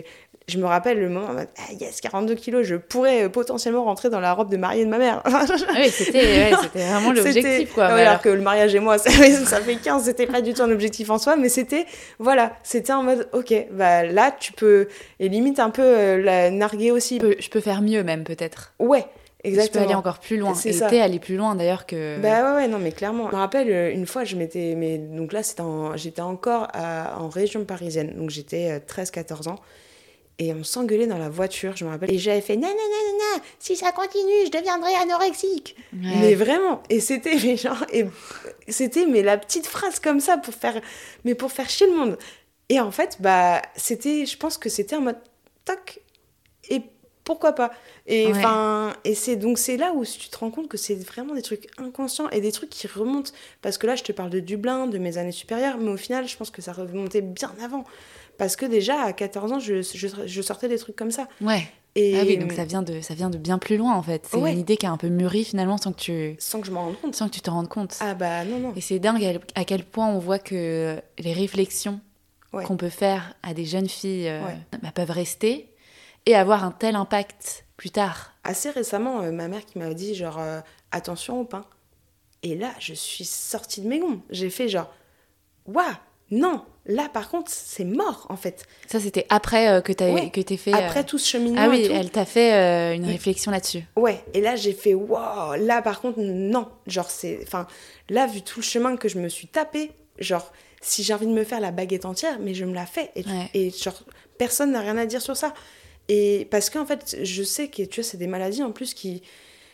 Je me rappelle le moment en mode yes, 42 kilos, je pourrais potentiellement rentrer dans la robe de mariée de ma mère. Oui, c'était vraiment l'objectif, quoi. Alors que le mariage et moi, ça fait 15, c'était pas du tout un objectif en soi, mais c'était en mode ok, bah là tu peux, et limite un peu la narguer aussi. Je peux faire mieux même, peut-être. Ouais. Exactement. Je peux aller encore plus loin. C'est et ça. T'es allé plus loin d'ailleurs que... Bah ouais, non, mais clairement. Je me rappelle, une fois, donc là, j'étais encore en région parisienne. Donc j'étais 13-14 ans. Et on s'engueulait dans la voiture, je me rappelle. Et j'avais fait, non, si ça continue, je deviendrai anorexique. Ouais. Mais vraiment. Et c'était, mais la petite phrase comme ça pour faire chier le monde. Et en fait, bah, je pense que c'était en mode, toc, et pourquoi pas. Et c'est là où tu te rends compte que c'est vraiment des trucs inconscients et des trucs qui remontent, parce que là je te parle de Dublin, de mes années supérieures, mais au final je pense que ça remontait bien avant, parce que déjà à 14 ans je sortais des trucs comme ça. Ouais. Ah oui, donc ça vient de bien plus loin en fait. C'est une idée qui a un peu mûri finalement sans que je m'en rende compte. Sans que tu te rendes compte. Ah bah non. Et c'est dingue à quel point on voit que les réflexions qu'on peut faire à des jeunes filles peuvent rester et avoir un tel impact plus tard. Assez récemment, ma mère qui m'a dit genre attention au pain. Et là, je suis sortie de mes gonds. J'ai fait genre waouh, non, là par contre, c'est mort en fait. Ça c'était après que t'aies fait après tout ce cheminement. Ah oui, et tout. Elle t'a fait une réflexion là-dessus. Ouais, et là j'ai fait waouh, là par contre non, genre là vu tout le chemin que je me suis tapé, genre si j'ai envie de me faire la baguette entière, mais je me la fais et genre personne n'a rien à dire sur ça. Et parce qu'en fait, je sais que tu vois, c'est des maladies en plus qui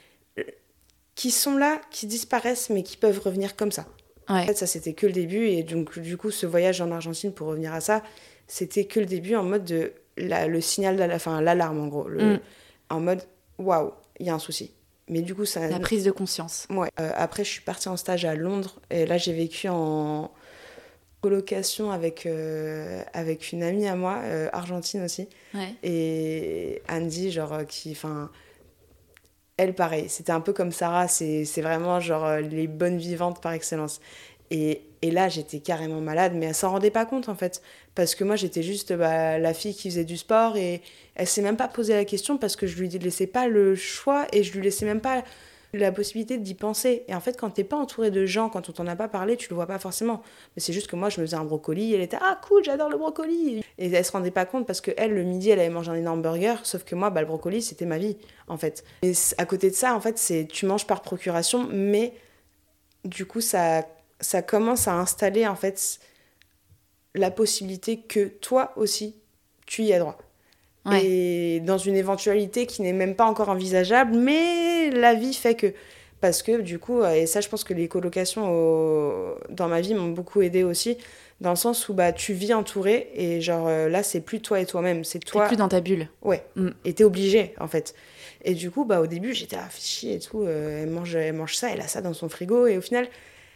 sont là, qui disparaissent, mais qui peuvent revenir comme ça. Ouais. En fait, ça, c'était que le début. Et donc, du coup, ce voyage en Argentine, pour revenir à ça, c'était que le début en mode de le signal, l'alarme, en gros. En mode, waouh, il y a un souci. Mais du coup, ça... La prise de conscience. Ouais. Après, je suis partie en stage à Londres. Et là, j'ai vécu en colocation avec une amie à moi, argentine aussi. Ouais. Et Andy, genre, elle, pareil, c'était un peu comme Sarah, c'est vraiment genre les bonnes vivantes par excellence. Et là, j'étais carrément malade, mais elle s'en rendait pas compte en fait. Parce que moi, j'étais juste la fille qui faisait du sport et elle s'est même pas posé la question parce que je lui laissais pas le choix et je lui laissais même pas la possibilité d'y penser. Et en fait, quand t'es pas entouré de gens, quand on t'en a pas parlé, tu le vois pas forcément. Mais c'est juste que moi, je me faisais un brocoli, elle était « Ah, cool, j'adore le brocoli !» Et elle se rendait pas compte parce que elle, le midi, elle avait mangé un énorme burger, sauf que moi, le brocoli, c'était ma vie, en fait. Et à côté de ça, en fait, tu manges par procuration, mais du coup, ça commence à installer, en fait, la possibilité que toi aussi, tu y aies droit. Ouais. Et dans une éventualité qui n'est même pas encore envisageable, mais la vie fait que. Parce que du coup, et ça je pense que les colocations dans ma vie m'ont beaucoup aidée aussi, dans le sens où tu vis entouré et genre là c'est plus toi et toi-même, c'est toi. T'es plus dans ta bulle. Ouais, et t'es obligé en fait. Et du coup, au début j'étais fait chier et tout, elle mange ça, elle a ça dans son frigo et au final...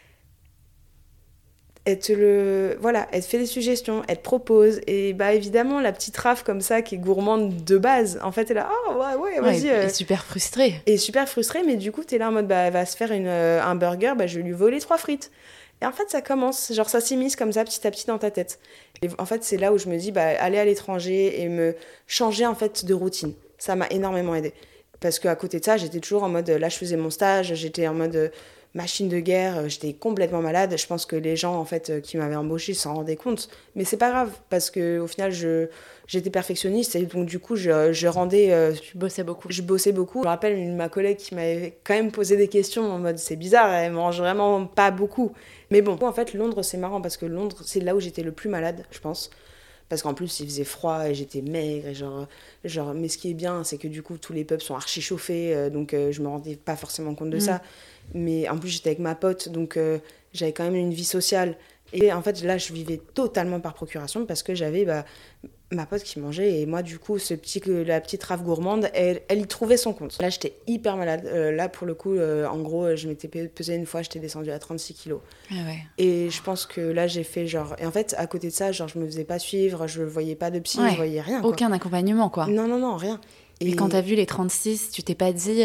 Elle te fait des suggestions, elle te propose, et évidemment, la petite Raph comme ça, qui est gourmande de base, en fait, elle est là, ouais, vas-y. Et super frustrée. Et super frustrée, mais du coup, t'es là en mode, elle va se faire un burger, je vais lui voler 3 frites. Et en fait, ça commence, genre ça s'immisce comme ça, petit à petit dans ta tête. Et en fait, c'est là où je me dis, aller à l'étranger et me changer, en fait, de routine. Ça m'a énormément aidée. Parce qu'à côté de ça, j'étais toujours en mode, là, je faisais mon stage, j'étais en mode... machine de guerre, j'étais complètement malade. Je pense que les gens en fait qui m'avaient embauchée s'en rendaient compte, mais c'est pas grave parce que au final j'étais perfectionniste et donc du coup je rendais. Tu bossais beaucoup. Je bossais beaucoup. Je me rappelle une de ma collègue qui m'avait quand même posé des questions en mode c'est bizarre, elle mange vraiment pas beaucoup. Mais bon, en fait Londres c'est marrant parce que Londres c'est là où j'étais le plus malade, je pense. Parce qu'en plus, il faisait froid et j'étais maigre. Et genre, mais ce qui est bien, c'est que du coup, tous les pubs sont archi chauffés. Donc, je me rendais pas forcément compte de ça. Mais en plus, j'étais avec ma pote. Donc, j'avais quand même une vie sociale. Et en fait, là, je vivais totalement par procuration parce que j'avais ma pote qui mangeait. Et moi, du coup, la petite Raph gourmande, elle y trouvait son compte. Là, j'étais hyper malade. Là, pour le coup, en gros, je m'étais pesée une fois, j'étais descendue à 36 kilos. Ah ouais. Et je pense que là, j'ai fait genre... Et en fait, à côté de ça, genre, je me faisais pas suivre, je voyais pas de psy, je voyais rien. Aucun accompagnement, quoi. Non, rien. Et quand t'as vu les 36, tu t'es pas dit...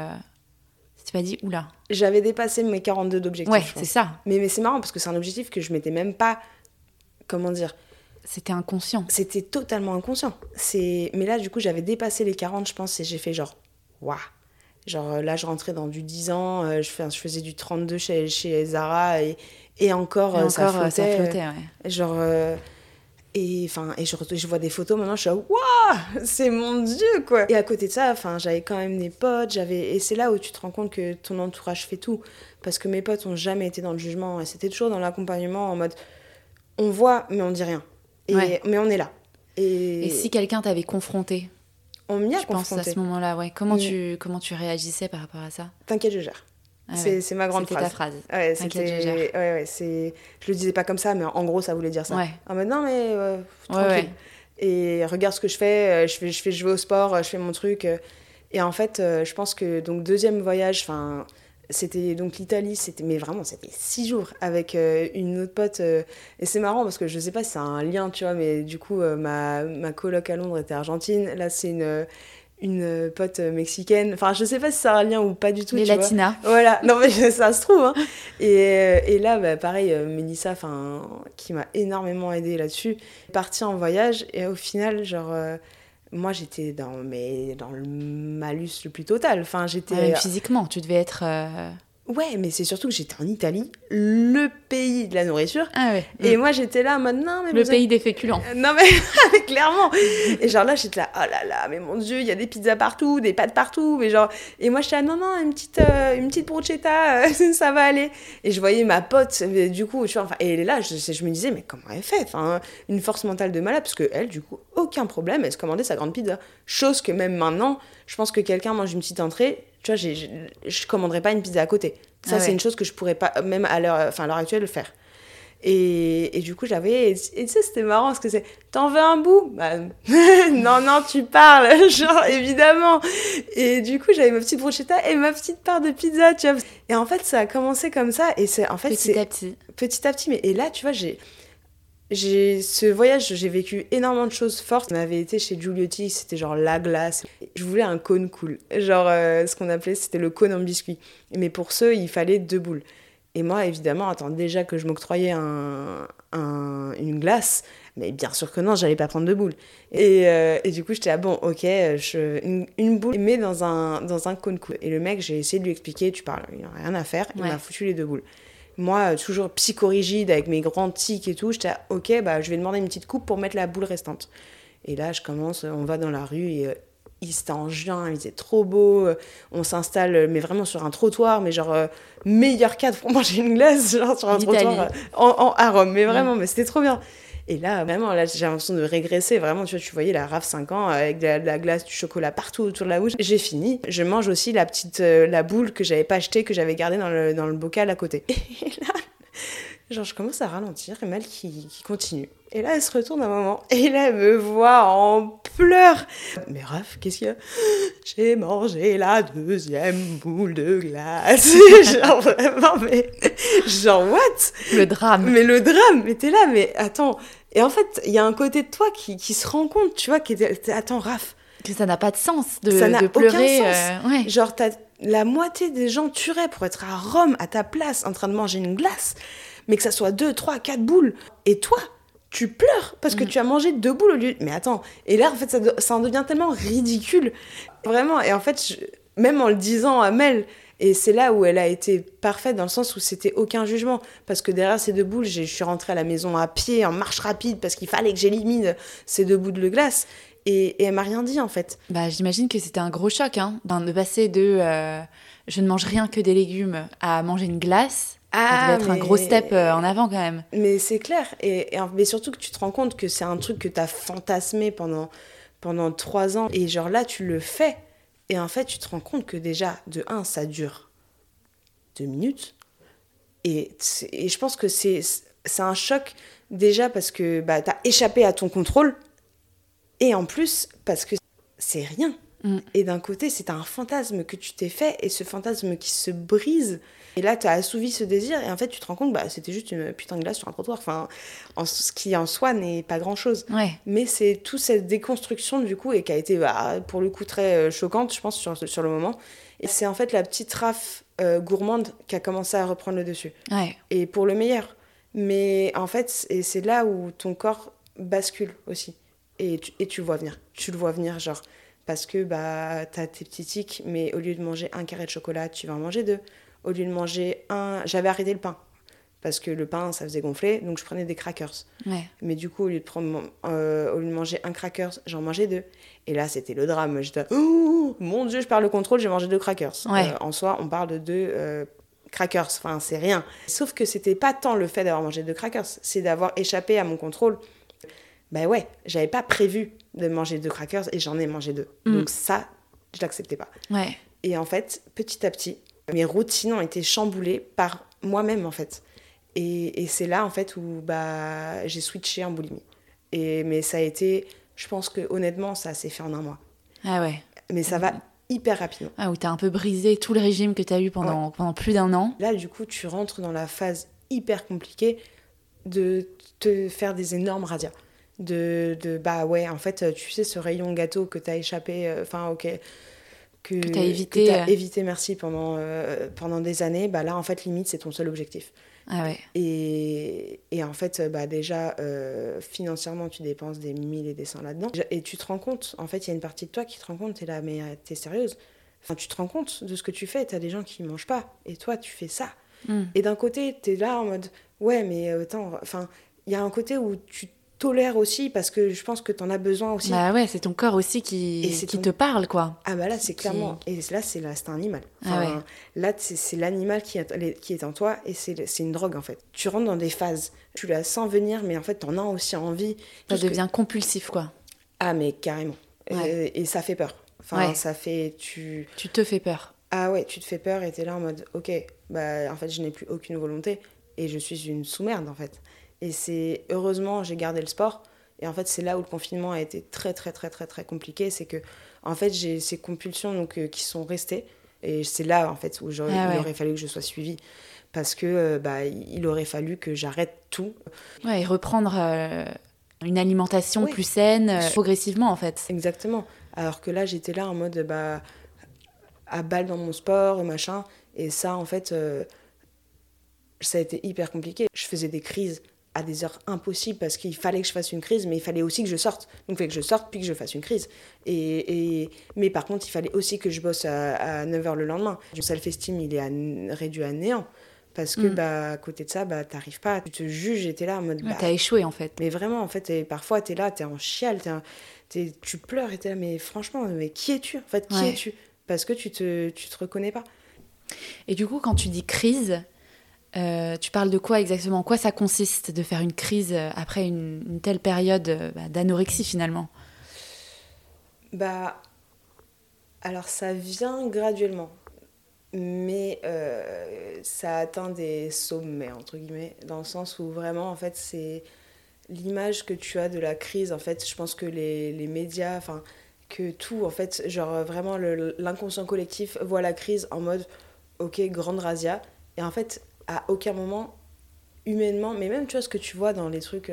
oula. J'avais dépassé mes 42 d'objectifs. Ouais, c'est ça. Mais c'est marrant parce que c'est un objectif que je m'étais même pas... Comment dire ? C'était inconscient. C'était totalement inconscient. Mais là, du coup, j'avais dépassé les 40, je pense, et j'ai fait genre, waouh. Genre là, je rentrais dans du 10 ans, je faisais du 32 chez Zara, et encore, ça flottait. Ouais. Genre, et je vois des photos maintenant, je suis là, waouh, c'est mon Dieu, quoi. Et à côté de ça, j'avais quand même des potes, et c'est là où tu te rends compte que ton entourage fait tout. Parce que mes potes ont jamais été dans le jugement, et c'était toujours dans l'accompagnement, en mode, on voit, mais on dit rien. Mais on est là. Et si quelqu'un t'avait confronté, on m'y a je pense à ce moment-là, ouais. Comment tu réagissais par rapport à ça? T'inquiète, je gère. C'est ma grande phrase. C'était ta phrase. Ouais, T'inquiète, je gère. Je le disais pas comme ça, mais en gros, ça voulait dire ça. Ouais. En mode, non, mais tranquille. Ouais. Et regarde ce que je fais. Je vais au sport, je fais mon truc. Et en fait, je pense que, donc, deuxième voyage, c'était donc l'Italie, mais vraiment, c'était 6 jours avec une autre pote. Et c'est marrant parce que je sais pas si c'est un lien, tu vois, mais du coup, ma coloc à Londres était argentine. Là, c'est une pote mexicaine. Enfin, je sais pas si c'est un lien ou pas du tout. Les latinas. Voilà, non, mais ça se trouve. Hein. Et là, pareil, Mélissa, qui m'a énormément aidée là-dessus, est partie en voyage. Et au final, genre. Moi, j'étais dans le malus le plus total. Même physiquement, tu devais être... Ouais, mais c'est surtout que j'étais en Italie, le pays de la nourriture. Ah ouais. Et moi, j'étais là en mode, non, mais... Le pays des féculents. Non, mais clairement. Et genre là, j'étais là, oh là là, mais mon Dieu, il y a des pizzas partout, des pâtes partout. Mais genre... Et moi, j'étais là, non, une petite bruschetta, ça va aller. Et je voyais ma pote, du coup, tu vois, et là, je me disais, mais comment elle fait? Une force mentale de malade, parce qu'elle, du coup, aucun problème, elle se commandait sa grande pizza. Chose que même maintenant, je pense que quelqu'un mange une petite entrée... Tu vois, je commanderais pas une pizza à côté. Ça, c'est une chose que je pourrais pas, même à l'heure actuelle, le faire. Et du coup, j'avais... Et tu sais, c'était marrant, parce que c'est... T'en veux un bout? Bah, non, tu parles, genre, évidemment. Et du coup, j'avais ma petite bruschetta et ma petite part de pizza, tu vois. Et en fait, ça a commencé comme ça. Et c'est, en fait, petit à petit. Petit à petit. Et là, tu vois, ce voyage, j'ai vécu énormément de choses fortes. On avait été chez Giuliotti, c'était genre la glace. Je voulais un cône cool. Genre, ce qu'on appelait, c'était le cône en biscuit. Mais pour ce, il fallait 2 boules. Et moi, évidemment, déjà que je m'octroyais une glace, mais bien sûr que non, j'allais pas prendre 2 boules. Et du coup, j'étais là, bon, ok, une boule, mais dans un cône cool. Et le mec, j'ai essayé de lui expliquer, tu parles, il n'a rien à faire, il m'a foutu les 2 boules. Moi, toujours psychorigide, avec mes grands tics et tout, j'étais là, ok, je vais demander une petite coupe pour mettre la boule restante. Et là, on va dans la rue et... C'était en juin, il faisait trop beau, on s'installe, mais vraiment sur un trottoir, mais genre, meilleur cadre pour manger une glace, genre sur un trottoir à Rome, mais vraiment, mais c'était trop bien. Et là, vraiment, j'ai l'impression de régresser, vraiment, tu vois, tu voyais la raf 5 ans avec de la glace, du chocolat partout autour de la bouche. J'ai fini, je mange aussi la boule que j'avais pas achetée, que j'avais gardée dans le bocal à côté. Et là, genre, je commence à ralentir, et Mel qui continue. Et là, elle se retourne un moment, et là, elle me voit en pleurs. Mais Raph, qu'est-ce qu'il y a? J'ai mangé la 2e boule de glace. Genre, vraiment, mais... Genre, what? Le drame. Mais le drame, mais t'es là, mais attends. Et en fait, il y a un côté de toi qui se rend compte, tu vois, attends, Raph. Que ça n'a pas de sens de Aucun pleurer. sens. Ouais. Genre, la moitié des gens tueraient pour être à Rome, à ta place, en train de manger une glace, mais que ça soit 2, 3, 4 boules. Et toi, tu pleures parce que tu as mangé 2 boules au lieu... Mais attends, et là, en fait, ça en devient tellement ridicule. Vraiment, et en fait, même en le disant à Mel, et c'est là où elle a été parfaite, dans le sens où c'était aucun jugement. Parce que derrière ces 2 boules, je suis rentrée à la maison à pied, en marche rapide, parce qu'il fallait que j'élimine ces 2 boules de glace. Et elle m'a rien dit, en fait. J'imagine que c'était un gros choc, hein, de passer de je ne mange rien que des légumes à manger une glace. Ça devait être un gros step en avant quand même. Mais c'est clair. Mais surtout que tu te rends compte que c'est un truc que tu as fantasmé pendant 3 ans. Et genre là, tu le fais. Et en fait, tu te rends compte que déjà, de 1, ça dure 2 minutes. Et je pense que c'est un choc déjà parce que tu as échappé à ton contrôle. Et en plus, parce que c'est rien. Et d'un côté, c'est un fantasme que tu t'es fait, et ce fantasme qui se brise. Et là, tu as assouvi ce désir, et en fait, tu te rends compte que c'était juste une putain de glace sur un trottoir. Ce qui en soi n'est pas grand-chose. Ouais. Mais c'est toute cette déconstruction, du coup, et qui a été, pour le coup, très choquante, je pense, sur le moment. Et c'est en fait la petite raf gourmande qui a commencé à reprendre le dessus. Ouais. Et pour le meilleur. Mais en fait, et c'est là où ton corps bascule aussi. Et tu le vois venir. Tu le vois venir, genre, parce que t'as tes petits tics, mais au lieu de manger un carré de chocolat, tu vas en manger 2. Au lieu de manger j'avais arrêté le pain. Parce que le pain, ça faisait gonfler, donc je prenais des crackers. Ouais. Mais du coup, au lieu de manger un crackers, j'en mangeais 2. Et là, c'était le drame. J'étais, oh mon Dieu, je perds le contrôle, j'ai mangé 2 crackers. Ouais. En soi, on parle de 2 crackers, enfin, c'est rien. Sauf que c'était pas tant le fait d'avoir mangé 2 crackers, c'est d'avoir échappé à mon contrôle. Ouais, j'avais pas prévu de manger 2 crackers et j'en ai mangé 2. Donc ça, je l'acceptais pas. Ouais. Et en fait, petit à petit, mes routines ont été chamboulées par moi-même, en fait. Et c'est là, en fait, où j'ai switché en boulimie. Mais ça a été... Je pense que honnêtement, ça s'est fait en 1 mois. Ah ouais. Mais ça va hyper rapidement. Ah, où t'as un peu brisé tout le régime que t'as eu pendant plus d'1 an. Là, du coup, tu rentres dans la phase hyper compliquée de te faire des énormes radias. En fait, tu sais, ce rayon gâteau que t'as échappé... que t'as évité. Que t'as évité, merci, pendant des années. Là, en fait, limite, c'est ton seul objectif. Ah ouais. Et en fait, déjà, financièrement, tu dépenses des 1000 et des 100 là-dedans. Et tu te rends compte, en fait, il y a une partie de toi qui te rend compte, t'es là, mais t'es sérieuse? Enfin, tu te rends compte de ce que tu fais, t'as des gens qui mangent pas, et toi, tu fais ça. Et d'un côté, t'es là en mode, ouais, mais attends, enfin, il y a un côté où tu tolères aussi, parce que je pense que t'en as besoin aussi. Bah ouais, c'est ton corps aussi qui te parle, quoi. Ah là, c'est clairement... Et là, c'est un animal. Enfin, là, c'est l'animal qui est en toi, et c'est une drogue, en fait. Tu rentres dans des phases, tu la sens venir, mais en fait, t'en as aussi envie. Ça devient compulsif, quoi. Ah, mais carrément. Ouais. Et ça fait peur. Enfin, ça fait... Tu te fais peur. Ah ouais, tu te fais peur, et t'es là en mode, ok, en fait, je n'ai plus aucune volonté, et je suis une sous-merde, en fait. Et heureusement, j'ai gardé le sport. Et en fait, c'est là où le confinement a été très, très, très, très, très compliqué. C'est que, en fait, j'ai ces compulsions qui sont restées. Et c'est là, en fait, où il aurait fallu que je sois suivie. Parce que, il aurait fallu que j'arrête tout. Ouais, et reprendre une alimentation plus saine, progressivement, en fait. Exactement. Alors que là, j'étais là en mode, à balle dans mon sport, machin. Et ça, en fait, ça a été hyper compliqué. Je faisais des crises à des heures impossibles parce qu'il fallait que je fasse une crise, mais il fallait aussi que je sorte. Donc il fallait que je sorte puis que je fasse une crise. Mais par contre, il fallait aussi que je bosse à 9h le lendemain. Mon self-esteem, il est réduit à néant. Parce que, à côté de ça, t'arrives pas. Tu te juges et t'es là en mode... t'as échoué, en fait. Mais vraiment, en fait, et parfois, t'es là, t'es en chiale, tu pleures et t'es là, mais franchement, mais qui es-tu? En fait, qui es-tu? Parce que tu te reconnais pas. Et du coup, quand tu dis crise... tu parles de quoi exactement? En quoi ça consiste de faire une crise après une telle période d'anorexie finalement? Alors ça vient graduellement, mais ça atteint des sommets, entre guillemets, dans le sens où vraiment, en fait, c'est l'image que tu as de la crise. En fait, je pense que les médias, enfin, que tout, en fait, genre vraiment l'inconscient collectif voit la crise en mode, ok, grande razzia, et en fait... à aucun moment, humainement, mais même, tu vois, ce que tu vois dans les trucs,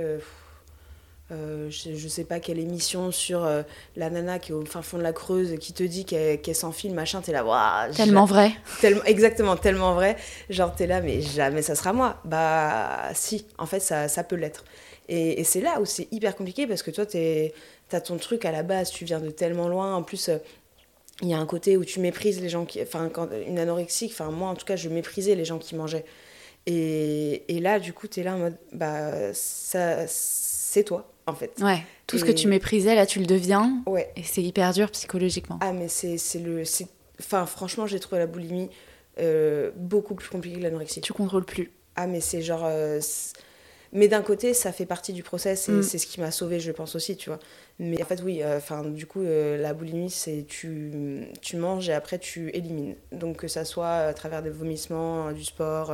je sais pas quelle émission sur la nana qui est au fin fond de la Creuse, qui te dit qu'elle s'enfile, machin, t'es là, waouh. Tellement vrai. Exactement, tellement vrai. Genre, t'es là, mais jamais ça sera moi. Si, en fait, ça peut l'être. Et c'est là où c'est hyper compliqué, parce que toi, t'as ton truc à la base, tu viens de tellement loin, en plus... il y a un côté où tu méprises les gens qui... Enfin, quand une anorexique, enfin, moi, en tout cas, je méprisais les gens qui mangeaient. Et là, du coup, t'es là en mode... ça, c'est toi, en fait. Ouais, tout ce que tu méprisais, là, tu le deviens. Ouais. Et c'est hyper dur psychologiquement. Ah, mais Enfin, franchement, j'ai trouvé la boulimie beaucoup plus compliquée que l'anorexie. Tu contrôles plus. Ah, mais c'est genre... Mais d'un côté, ça fait partie du process et c'est ce qui m'a sauvée, je pense aussi, tu vois. Mais en fait, oui, du coup, la boulimie, c'est tu manges et après tu élimines. Donc que ça soit à travers des vomissements, du sport,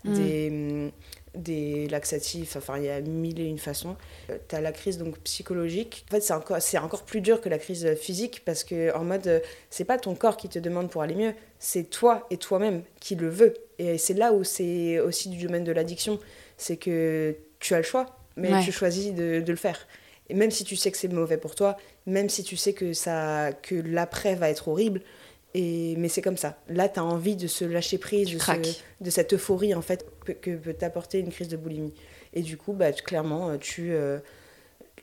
des laxatifs, enfin, il y a 1001 façons. T'as la crise donc psychologique. En fait, c'est encore plus dur que la crise physique parce que en mode, c'est pas ton corps qui te demande pour aller mieux, c'est toi et toi-même qui le veux. Et c'est là où c'est aussi du domaine de l'addiction. C'est que tu as le choix, mais tu choisis de le faire. Et même si tu sais que c'est mauvais pour toi, même si tu sais que l'après va être horrible, mais c'est comme ça. Là, tu as envie de se lâcher prise, de cette euphorie en fait, que peut t'apporter une crise de boulimie. Et du coup, clairement,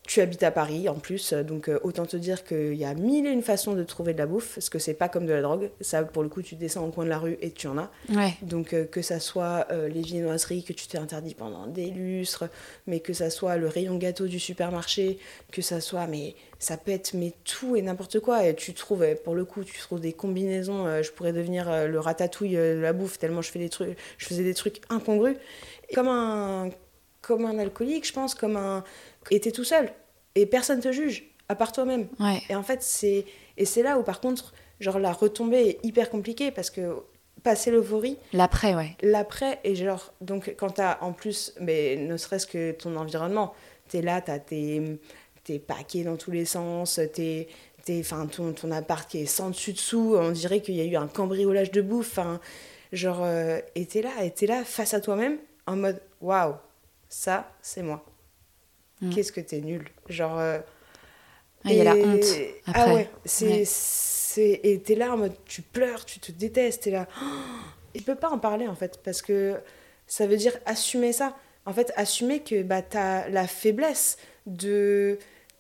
Tu habites à Paris en plus, donc autant te dire qu'il y a mille et une façons de trouver de la bouffe, parce que c'est pas comme de la drogue. Ça, pour le coup, tu descends au coin de la rue et tu en as. Ouais. Donc que ça soit les viennoiseries que tu t'es interdit pendant des lustres, mais que ça soit le rayon gâteau du supermarché, que ça soit, mais ça peut être mais tout et n'importe quoi. Et tu trouves, pour le coup, tu trouves des combinaisons. Je pourrais devenir le ratatouille de la bouffe tellement je faisais des trucs incongrus. Comme un alcoolique, je pense, et t'es tout seul. Et personne te juge, à part toi-même. Ouais. Et en fait, c'est là où, par contre, genre, la retombée est hyper compliquée, parce que passer l'euphorie... L'après, ouais. L'après, et genre... Donc, quand t'as, en plus, mais ne serait-ce que ton environnement, t'es là, t'as tes paquets dans tous les sens, ton appart qui est sans dessus-dessous, on dirait qu'il y a eu un cambriolage de bouffe, genre... et t'es là, face à toi-même, en mode, waouh, ça, c'est moi. Qu'est-ce que t'es nul. Genre... Il y a la honte après. Ah ouais, et t'es là en mode, tu pleures, tu te détestes, t'es là... Et tu peux pas en parler, en fait, parce que ça veut dire assumer ça. En fait, assumer que t'as la faiblesse de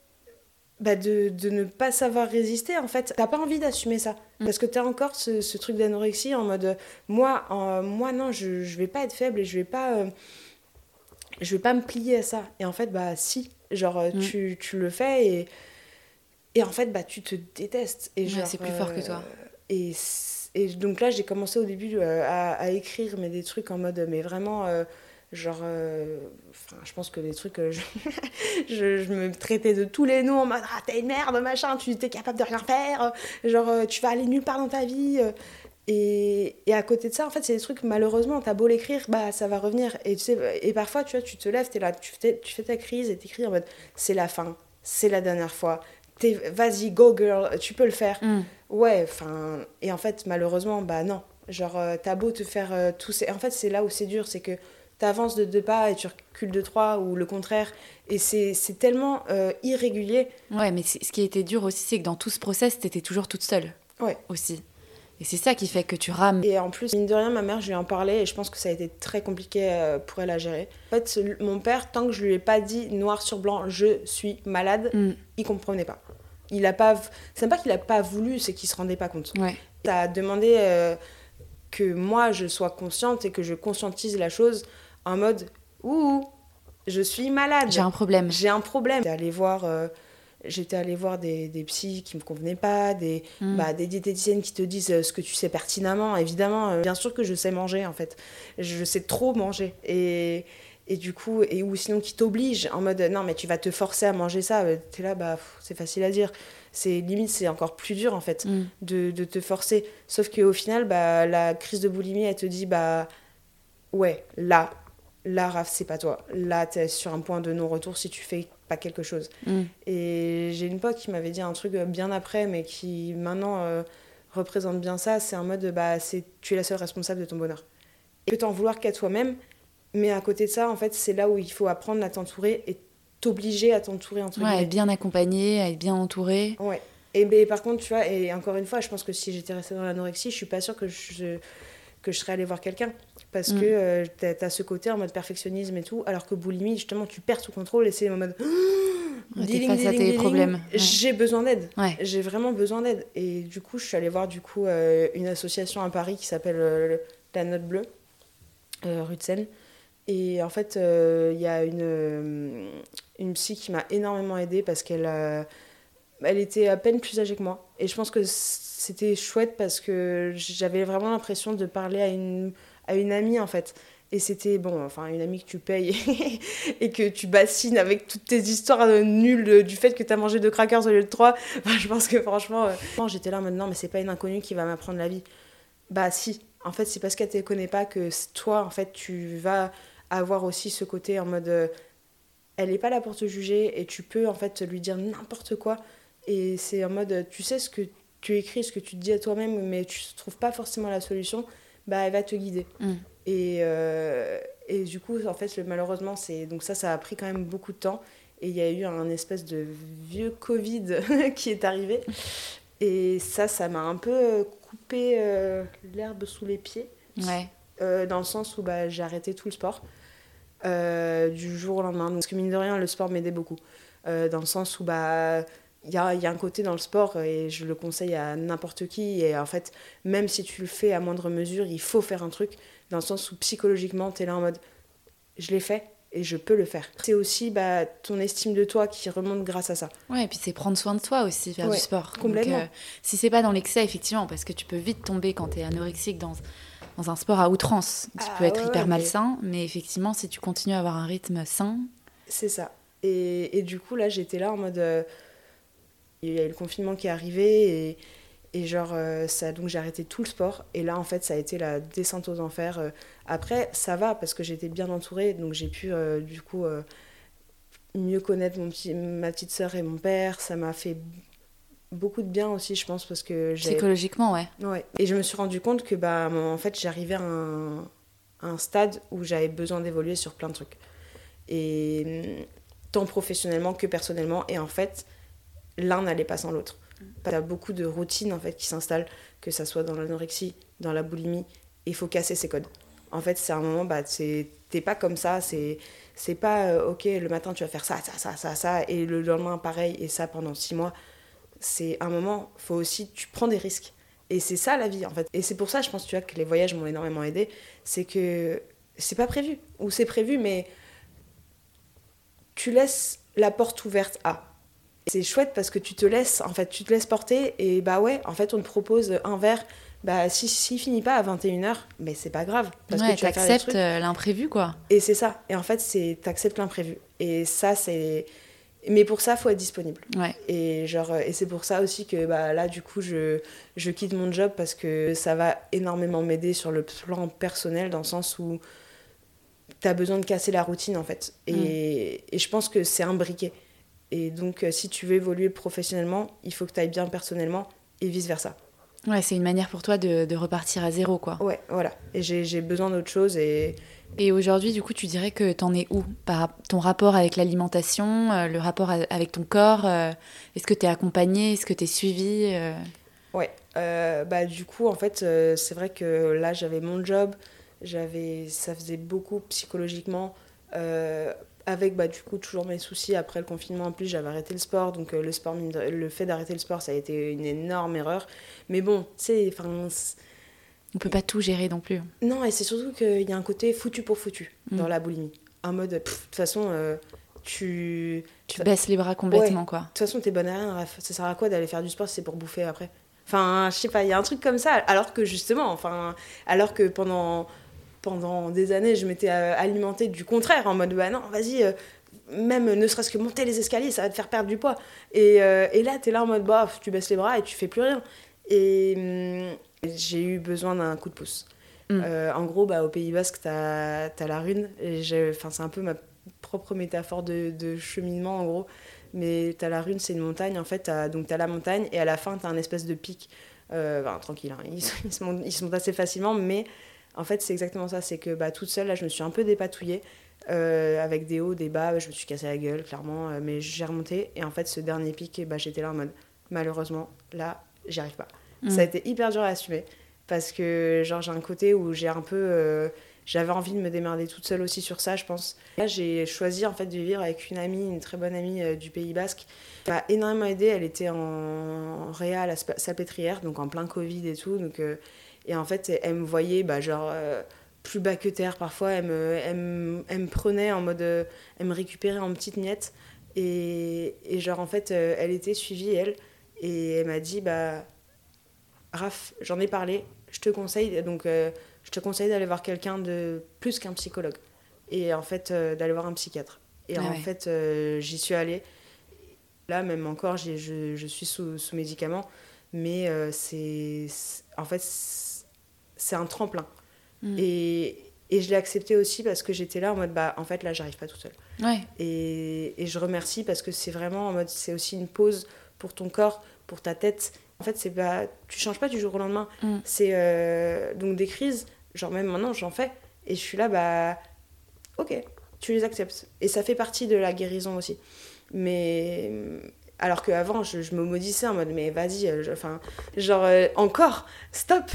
ne pas savoir résister, en fait. T'as pas envie d'assumer ça. Parce que t'as encore ce truc d'anorexie en mode... Moi, non, je vais pas être faible et je vais pas me plier à ça. Et en fait, si. Genre, tu le fais et en fait, tu te détestes. Et genre, c'est plus fort que toi. Et donc là, j'ai commencé au début à écrire, mais des trucs en mode... Mais vraiment, genre... je pense que des trucs... je me traitais de tous les noms en mode... Ah, t'es une merde, machin, tu t'es capable de rien faire. Genre, tu vas aller nulle part dans ta vie. Et à côté de ça, en fait, c'est des trucs, malheureusement, t'as beau l'écrire, ça va revenir. Et, tu sais, et parfois, tu vois, tu te lèves, t'es là, tu fais ta crise et t'écris en mode, c'est la fin, c'est la dernière fois, vas-y, go girl, tu peux le faire. Ouais, et en fait, malheureusement, non. Genre, t'as beau te faire en fait, c'est là où c'est dur, c'est que t'avances de 2 pas et tu recules de 3, ou le contraire. Et c'est tellement irrégulier. Ouais, mais ce qui a été dur aussi, c'est que dans tout ce process, t'étais toujours toute seule. Ouais. Aussi. Et c'est ça qui fait que tu rames. Et en plus, mine de rien, ma mère, je lui en parlais et je pense que ça a été très compliqué pour elle à gérer. En fait, mon père, tant que je lui ai pas dit noir sur blanc, je suis malade, il comprenait pas. C'est pas qu'il a pas voulu, c'est qu'il se rendait pas compte. Ouais. T'as demandé que moi, je sois consciente et que je conscientise la chose en mode « Ouh, je suis malade. J'ai un problème. » J'étais allée voir des psys qui me convenaient pas, des diététiciennes qui te disent ce que tu sais pertinemment. Évidemment, bien sûr que je sais manger, en fait. Je sais trop manger. Et du coup, ou sinon qui t'obligent en mode non, mais tu vas te forcer à manger ça. T'es là, c'est facile à dire. Limite, c'est encore plus dur, en fait, de te forcer. Sauf qu'au final, la crise de boulimie, elle te dit, ouais, là, Raph, c'est pas toi. Là, t'es sur un point de non-retour si tu fais pas quelque chose. Et j'ai une pote qui m'avait dit un truc bien après, mais qui maintenant représente bien ça. C'est en mode, tu es la seule responsable de ton bonheur. Et tu peux t'en vouloir qu'à toi-même, mais à côté de ça, en fait, c'est là où il faut apprendre à t'entourer et t'obliger à t'entourer, entre guillemets. Ouais, être bien accompagnée, être bien entourée. Ouais. Et par contre, tu vois, et encore une fois, je pense que si j'étais restée dans l'anorexie, je suis pas sûre que je serais allée voir quelqu'un. Parce que t'as ce côté en mode perfectionnisme et tout, alors que boulimie, justement, tu perds tout contrôle et c'est en mode... T'es face à tes problèmes. Ouais. J'ai besoin d'aide. Ouais. J'ai vraiment besoin d'aide. Et du coup, je suis allée voir une association à Paris qui s'appelle La Note Bleue, rue de Seine. Et en fait, il y a une psy qui m'a énormément aidée parce qu'elle était à peine plus âgée que moi. Et je pense que c'était chouette parce que j'avais vraiment l'impression de parler à une amie, en fait. Et c'était, une amie que tu payes et que tu bassines avec toutes tes histoires nulles du fait que t'as mangé 2 crackers au lieu de 3. Je pense que franchement, j'étais là en mode non, mais c'est pas une inconnue qui va m'apprendre la vie. Si. En fait, c'est parce qu'elle te connaît pas que toi, en fait, tu vas avoir aussi ce côté en mode elle est pas là pour te juger et tu peux en fait lui dire n'importe quoi. Et c'est en mode tu sais ce que tu écris, ce que tu te dis à toi-même, mais tu trouves pas forcément la solution, elle va te guider. Et du coup, en fait, malheureusement, donc ça a pris quand même beaucoup de temps. Et il y a eu un espèce de vieux Covid qui est arrivé. Et ça m'a un peu coupé l'herbe sous les pieds. Ouais. Dans le sens où j'ai arrêté tout le sport du jour au lendemain. Donc, parce que mine de rien, le sport m'aidait beaucoup. dans le sens où il y a un côté dans le sport et je le conseille à n'importe qui. Et en fait, même si tu le fais à moindre mesure, il faut faire un truc dans le sens où psychologiquement, tu es là en mode je l'ai fait et je peux le faire. C'est aussi ton estime de toi qui remonte grâce à ça. Ouais, et puis c'est prendre soin de toi aussi, faire du sport. Complètement. Donc, si c'est pas dans l'excès, effectivement, parce que tu peux vite tomber quand tu es anorexique dans un sport à outrance, qui peut être hyper malsain, mais effectivement, si tu continues à avoir un rythme sain... C'est ça. Et du coup, là, j'étais là en mode... il y a eu le confinement qui est arrivé et genre, donc j'ai arrêté tout le sport. Et là, en fait, ça a été la descente aux enfers. Après, ça va parce que j'étais bien entourée, donc j'ai pu, du coup, mieux connaître ma petite sœur et mon père. Ça m'a fait beaucoup de bien aussi, je pense, parce que psychologiquement, ouais. Et je me suis rendu compte que en fait j'arrivais à un stade où j'avais besoin d'évoluer sur plein de trucs, et tant professionnellement que personnellement, et en fait l'un n'allait pas sans l'autre. T'as beaucoup de routines en fait qui s'installent, que ça soit dans l'anorexie, dans la boulimie, et il faut casser ces codes. En fait, c'est un moment, t'es pas comme ça, c'est pas ok, le matin tu vas faire ça, et le lendemain pareil, et ça pendant 6 mois. C'est un moment, faut aussi, tu prends des risques. Et c'est ça la vie en fait. Et c'est pour ça, je pense, tu vois, que les voyages m'ont énormément aidé. C'est que c'est pas prévu, ou c'est prévu, mais tu laisses la porte ouverte à. Et c'est chouette parce que tu te laisses porter, et en fait, on te propose un verre. S'il finit pas à 21h, mais c'est pas grave. Parce que tu acceptes l'imprévu, quoi. Et c'est ça. Et en fait, t'acceptes l'imprévu. Et ça, c'est... Mais pour ça, il faut être disponible. Ouais. Et c'est pour ça aussi que là, du coup, je quitte mon job parce que ça va énormément m'aider sur le plan personnel, dans le sens où tu as besoin de casser la routine, en fait. Et je pense que c'est un briquet. Et donc, si tu veux évoluer professionnellement, il faut que tu ailles bien personnellement et vice-versa. Ouais, c'est une manière pour toi de repartir à zéro, quoi. Ouais, voilà. Et j'ai besoin d'autre chose. Et aujourd'hui, du coup, tu dirais que t'en es où par ton rapport avec l'alimentation, le rapport avec ton corps, est-ce que t'es accompagnée, est-ce que t'es suivie Ouais, du coup, en fait, c'est vrai que là, j'avais mon job, ça faisait beaucoup psychologiquement, avec du coup toujours mes soucis après le confinement. En plus, j'avais arrêté le sport, donc le fait d'arrêter le sport, ça a été une énorme erreur. Mais bon, on peut pas tout gérer non plus. Non, et c'est surtout qu'il y a un côté foutu pour foutu dans la boulimie. En mode, de toute façon, tu baisses les bras complètement, quoi. De toute façon, t'es bonne à rien. Ça sert à quoi d'aller faire du sport si c'est pour bouffer après ? Enfin, je sais pas, il y a un truc comme ça. Alors que justement, alors que pendant des années, je m'étais alimentée du contraire, en mode, non, vas-y, même ne serait-ce que monter les escaliers, ça va te faire perdre du poids. Et là, t'es là en mode, tu baisses les bras et tu fais plus rien. Et j'ai eu besoin d'un coup de pouce. En gros, au Pays Basque, t'as la Rune. C'est un peu ma propre métaphore de cheminement, en gros. Mais t'as la Rune, c'est une montagne. En fait, t'as la montagne et à la fin, t'as un espèce de pic. Tranquille, hein, ils se montent assez facilement. Mais en fait, c'est exactement ça. C'est que toute seule, là, je me suis un peu dépatouillée. Avec des hauts, des bas. Je me suis cassé la gueule, clairement. Mais j'ai remonté. Et en fait, ce dernier pic, j'étais là en mode, malheureusement, là, j'y arrive pas. Ça a été hyper dur à assumer parce que j'ai un côté où j'ai un peu j'avais envie de me démerder toute seule aussi sur ça, je pense. Là, j'ai choisi en fait de vivre avec une amie, une très bonne amie du Pays Basque. Elle m'a énormément aidée. Elle était en réa à la Salpêtrière, donc en plein Covid et tout. Donc, et en fait, elle me voyait plus bas que terre parfois. Elle me prenait en mode, elle me récupérait en petites miettes. Et en fait, elle était suivie, elle. Et elle m'a dit, Raph, j'en ai parlé, je te conseille d'aller voir quelqu'un de plus qu'un psychologue. Et en fait, d'aller voir un psychiatre. Et fait, j'y suis allée. Là, même encore, je suis sous médicaments. Mais c'est un tremplin. Et je l'ai accepté aussi parce que j'étais là en mode, en fait, là, j'arrive pas toute seule. Ouais. Et je remercie parce que c'est vraiment en mode, c'est aussi une pause pour ton corps, pour ta tête. En fait, tu changes pas du jour au lendemain. C'est donc des crises, même maintenant j'en fais et je suis là, ok, tu les acceptes. Et ça fait partie de la guérison aussi. Mais alors qu'avant, je me maudissais en mode, mais vas-y, encore, stop.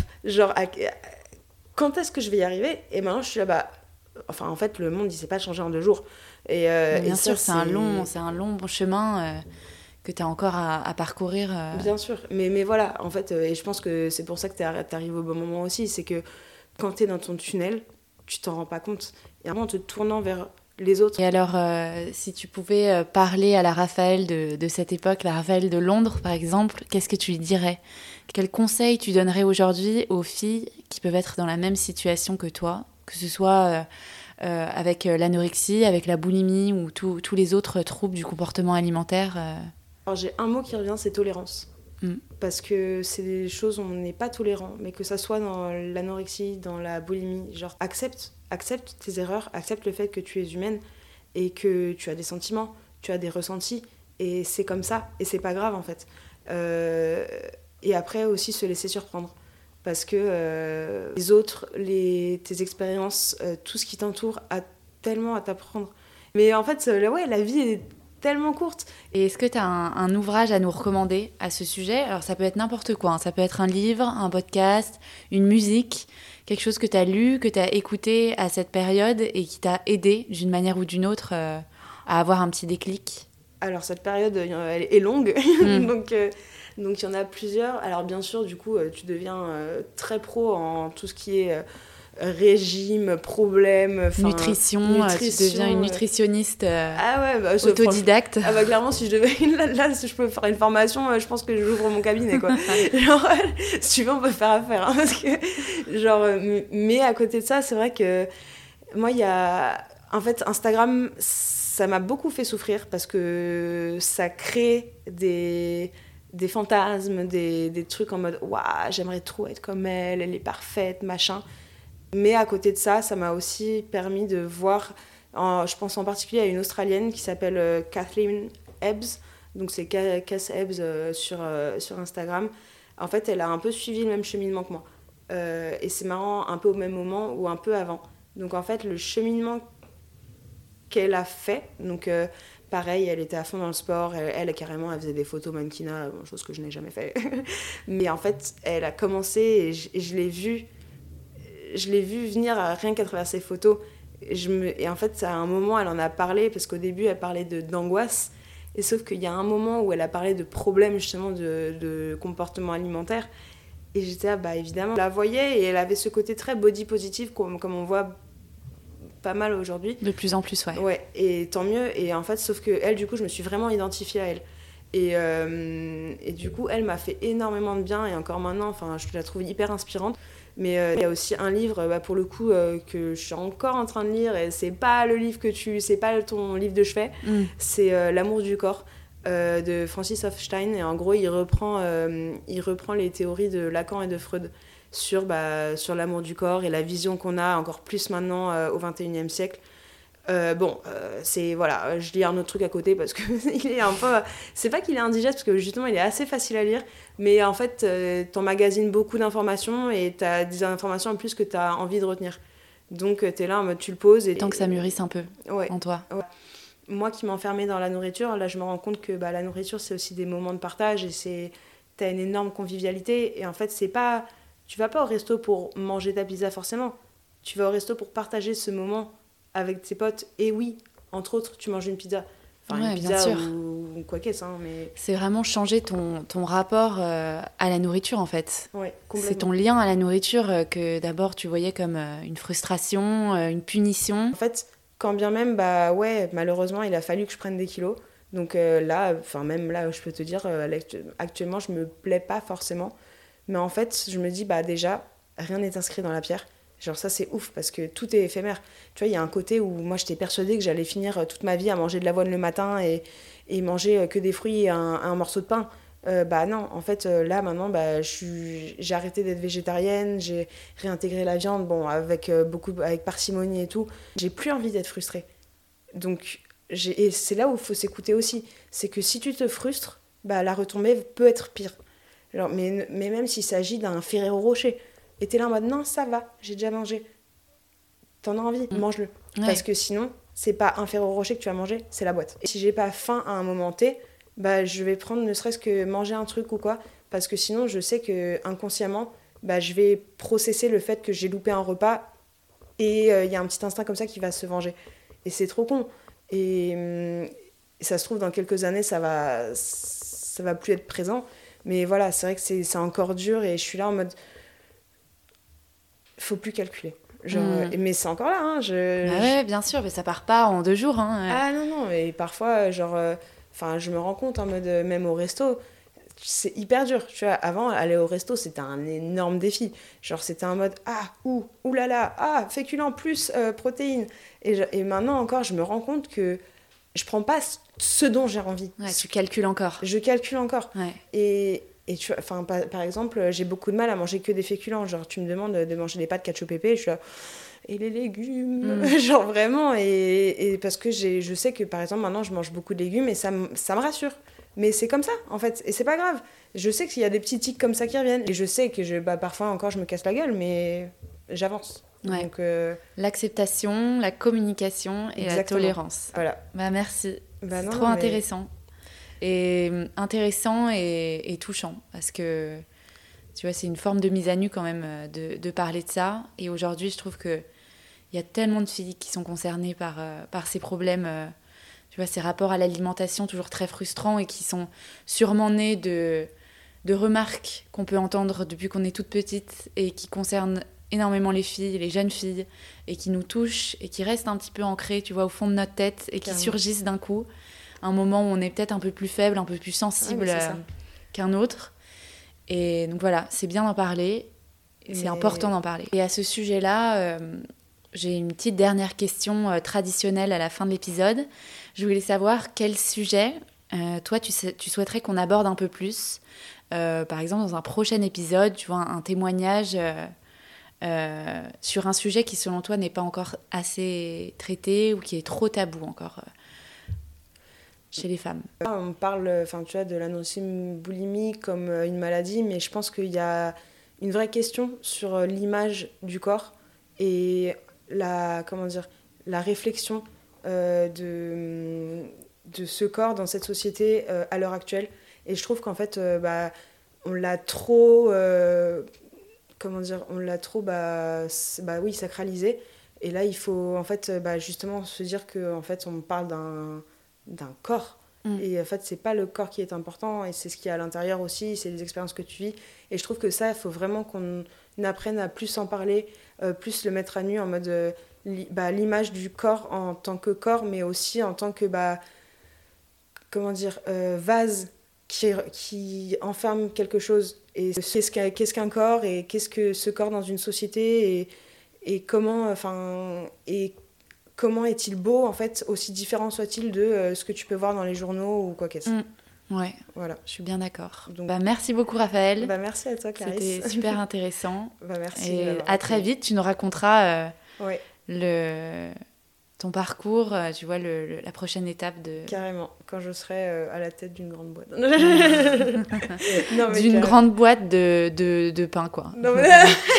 Quand est-ce que je vais y arriver ? Et maintenant, je suis là, en fait, le monde, il s'est pas changé en 2 jours. Bien sûr, ça, c'est un long chemin que tu as encore à parcourir. Bien sûr, mais voilà, en fait, et je pense que c'est pour ça que t'arrives au bon moment aussi, c'est que quand t'es dans ton tunnel, tu t'en rends pas compte. Et vraiment, en te tournant vers les autres. Et alors, si tu pouvais parler à la Raphaël de cette époque, la Raphaël de Londres par exemple, qu'est-ce que tu lui dirais ? Quels conseils tu donnerais aujourd'hui aux filles qui peuvent être dans la même situation que toi, que ce soit avec l'anorexie, avec la boulimie ou tous les autres troubles du comportement alimentaire Alors j'ai un mot qui revient, c'est tolérance. Parce que c'est des choses où on n'est pas tolérant, mais que ça soit dans l'anorexie, dans la boulimie, genre accepte tes erreurs, accepte le fait que tu es humaine et que tu as des sentiments, tu as des ressentis, et c'est comme ça, et c'est pas grave en fait. Et après aussi se laisser surprendre, parce que les autres, tes expériences, tout ce qui t'entoure a tellement à t'apprendre. Mais en fait, ouais, la vie est tellement courte. Et est-ce que tu as un ouvrage à nous recommander à ce sujet ? Alors ça peut être n'importe quoi, hein. Ça peut être un livre, un podcast, une musique, quelque chose que tu as lu, que tu as écouté à cette période et qui t'a aidé d'une manière ou d'une autre à avoir un petit déclic. Alors cette période, elle est longue, donc il y en a plusieurs. Alors bien sûr, du coup, tu deviens très pro en tout ce qui est régime, problème, nutrition, tu deviens une nutritionniste autodidacte. Ah bah clairement, si je devais là, si je peux faire une formation, je pense que j'ouvre mon cabinet quoi. Genre, si tu veux, on peut faire affaire, hein, parce que genre, mais à côté de ça, c'est vrai que moi, il y a en fait Instagram, ça m'a beaucoup fait souffrir parce que ça crée des fantasmes, des trucs en mode waouh, j'aimerais trop être comme elle est parfaite, machin. Mais à côté de ça, ça m'a aussi permis de voir, je pense en particulier à une Australienne qui s'appelle Kathleen Ebbs, donc c'est Cass Ebbs sur Instagram. En fait, elle a un peu suivi le même cheminement que moi. Et c'est marrant, un peu au même moment ou un peu avant. Donc en fait, le cheminement qu'elle a fait, donc pareil, elle était à fond dans le sport, elle carrément, elle faisait des photos mannequinat, chose que je n'ai jamais fait. Mais en fait, elle a commencé et je l'ai vue. Je l'ai vue venir rien qu'à travers ses photos. Et en fait, à un moment, elle en a parlé, parce qu'au début, elle parlait d'angoisse. Et sauf qu'il y a un moment où elle a parlé de problèmes, justement, de comportement alimentaire. Et j'étais là, bah évidemment, je la voyais, et elle avait ce côté très body positive, comme on voit pas mal aujourd'hui. De plus en plus, ouais. Ouais, et tant mieux. Et en fait, sauf que elle, du coup, je me suis vraiment identifiée à elle. Et du coup, elle m'a fait énormément de bien, et encore maintenant, je la trouve hyper inspirante. Mais il y a aussi un livre, pour le coup, que je suis encore en train de lire, et c'est pas le livre c'est pas ton livre de chevet, c'est L'amour du corps de Francis Hofstein. Et en gros, il reprend les théories de Lacan et de Freud sur l'amour du corps et la vision qu'on a encore plus maintenant au XXIe siècle. Je lis un autre truc à côté parce que il est un peu, c'est pas qu'il est indigeste parce que justement il est assez facile à lire, mais en fait t'emmagasines beaucoup d'informations et t'as des informations en plus que t'as envie de retenir, donc t'es là en mode tu le poses et tant que ça mûrisse un peu en toi. Ouais. Moi qui m'enfermais dans la nourriture, là je me rends compte que la nourriture c'est aussi des moments de partage, et t'as une énorme convivialité, et en fait tu vas pas au resto pour manger ta pizza forcément, tu vas au resto pour partager ce moment avec tes potes. Et oui, entre autres, tu manges une pizza. Une pizza ou quoi qu'est-ce, hein, mais... C'est vraiment changer ton rapport à la nourriture, en fait. Ouais, complètement. C'est ton lien à la nourriture que d'abord tu voyais comme une frustration, une punition. En fait, quand bien même, malheureusement, il a fallu que je prenne des kilos. Donc là, je peux te dire, actuellement, je me plais pas forcément. Mais en fait, je me dis, déjà, rien n'est inscrit dans la pierre. Genre ça c'est ouf parce que tout est éphémère. Tu vois, il y a un côté où moi j'étais persuadée que j'allais finir toute ma vie à manger de l'avoine le matin et manger que des fruits et un morceau de pain. Non, en fait là maintenant j'ai arrêté d'être végétarienne, j'ai réintégré la viande, avec parcimonie et tout. J'ai plus envie d'être frustrée. Donc et c'est là où il faut s'écouter aussi, c'est que si tu te frustres, la retombée peut être pire. Genre, mais même s'il s'agit d'un Ferrero Rocher. Et t'es là en mode non, ça va, j'ai déjà mangé. T'en as envie, mange-le. Ouais. Parce que sinon, c'est pas un Ferrero Rocher que tu vas manger, c'est la boîte. Et si j'ai pas faim à un moment T, je vais prendre ne serait-ce que manger un truc ou quoi. Parce que sinon, je sais que inconsciemment, je vais processer le fait que j'ai loupé un repas et il y a un petit instinct comme ça qui va se venger. Et c'est trop con. Et ça se trouve, dans quelques années, ça va plus être présent. Mais voilà, c'est vrai que c'est encore dur et je suis là en mode... Faut plus calculer. Mais c'est encore là. Hein, ouais, bien sûr, mais ça part pas en 2 jours. Hein. Ah non, et parfois, je me rends compte en mode, même au resto, c'est hyper dur. Tu vois, avant, aller au resto, c'était un énorme défi. Genre, c'était un mode, oulala, féculents plus protéines. Et maintenant encore, je me rends compte que je prends pas ce dont j'ai envie. Ouais, tu calcules encore. Je calcule encore. Ouais. Et tu vois, par exemple, j'ai beaucoup de mal à manger que des féculents. Genre, tu me demandes de manger des pâtes cacio pepe, je suis là, et les légumes, genre vraiment. Et parce que je sais que, par exemple, maintenant, je mange beaucoup de légumes et ça me rassure. Mais c'est comme ça, en fait, et c'est pas grave. Je sais qu'il y a des petits tics comme ça qui reviennent. Et je sais que parfois encore, je me casse la gueule, mais j'avance. Ouais. Donc, l'acceptation, la communication et la tolérance. Voilà. Merci. C'est trop intéressant. Et intéressant et touchant. Parce que, tu vois, c'est une forme de mise à nu quand même de parler de ça. Et aujourd'hui, je trouve qu'il y a tellement de filles qui sont concernées par ces problèmes, tu vois, ces rapports à l'alimentation toujours très frustrants et qui sont sûrement nés de remarques qu'on peut entendre depuis qu'on est toute petite et qui concernent énormément les filles, les jeunes filles, et qui nous touchent et qui restent un petit peu ancrées, tu vois, au fond de notre tête et qui surgissent d'un coup, un moment où on est peut-être un peu plus faible, un peu plus sensible qu'un autre. Et donc voilà, c'est bien d'en parler, c'est important d'en parler. Et à ce sujet-là, j'ai une petite dernière question traditionnelle à la fin de l'épisode. Je voulais savoir quel sujet, toi, tu souhaiterais qu'on aborde un peu plus. Par exemple, dans un prochain épisode, tu vois, un témoignage... sur un sujet qui selon toi n'est pas encore assez traité ou qui est trop tabou encore chez les femmes. On parle, tu vois, de l'anorexie boulimie comme une maladie, mais je pense qu'il y a une vraie question sur l'image du corps et la réflexion de ce corps dans cette société à l'heure actuelle. Et je trouve qu'en fait, on l'a trop... on l'a trop sacralisé. Et là, il faut en fait justement se dire qu'en fait, on parle d'un corps. Et en fait, c'est pas le corps qui est important, et c'est ce qu'il y a à l'intérieur aussi, c'est les expériences que tu vis. Et je trouve que ça, il faut vraiment qu'on apprenne à plus en parler, plus le mettre à nu en mode l'image du corps en tant que corps, mais aussi en tant que vase qui enferme quelque chose. Et qu'est-ce qu'un corps et qu'est-ce que ce corps dans une société et comment est-il beau en fait, aussi différent soit-il de ce que tu peux voir dans les journaux ou quoi qu'est-ce. Ouais, voilà. Je suis bien d'accord. Donc, merci beaucoup Raphaël. Merci à toi Clarisse. C'était super intéressant. Merci. Et à très vite, tu nous raconteras ouais. ton parcours, tu vois, la prochaine étape de... Carrément, quand je serai à la tête d'une grande boîte. D'une grande boîte de pain, quoi. Non, mais...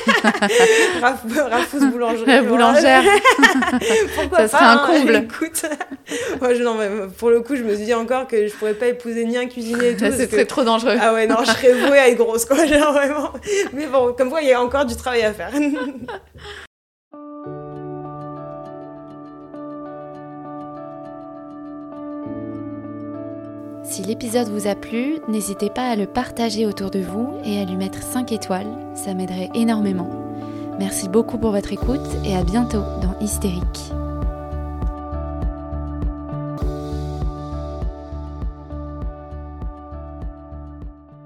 Rafous boulangerie. Boulangère. Pourquoi ça serait un comble. Écoute, moi, pour le coup, je me suis dit encore que je pourrais pas épouser ni un cuisinier et tout. Ce serait trop dangereux. Ah ouais, non, je serais vouée à être grosse, quoi. Genre, vraiment. Mais bon, comme quoi, il y a encore du travail à faire. Si l'épisode vous a plu, n'hésitez pas à le partager autour de vous et à lui mettre 5 étoiles, ça m'aiderait énormément. Merci beaucoup pour votre écoute et à bientôt dans Hystérique.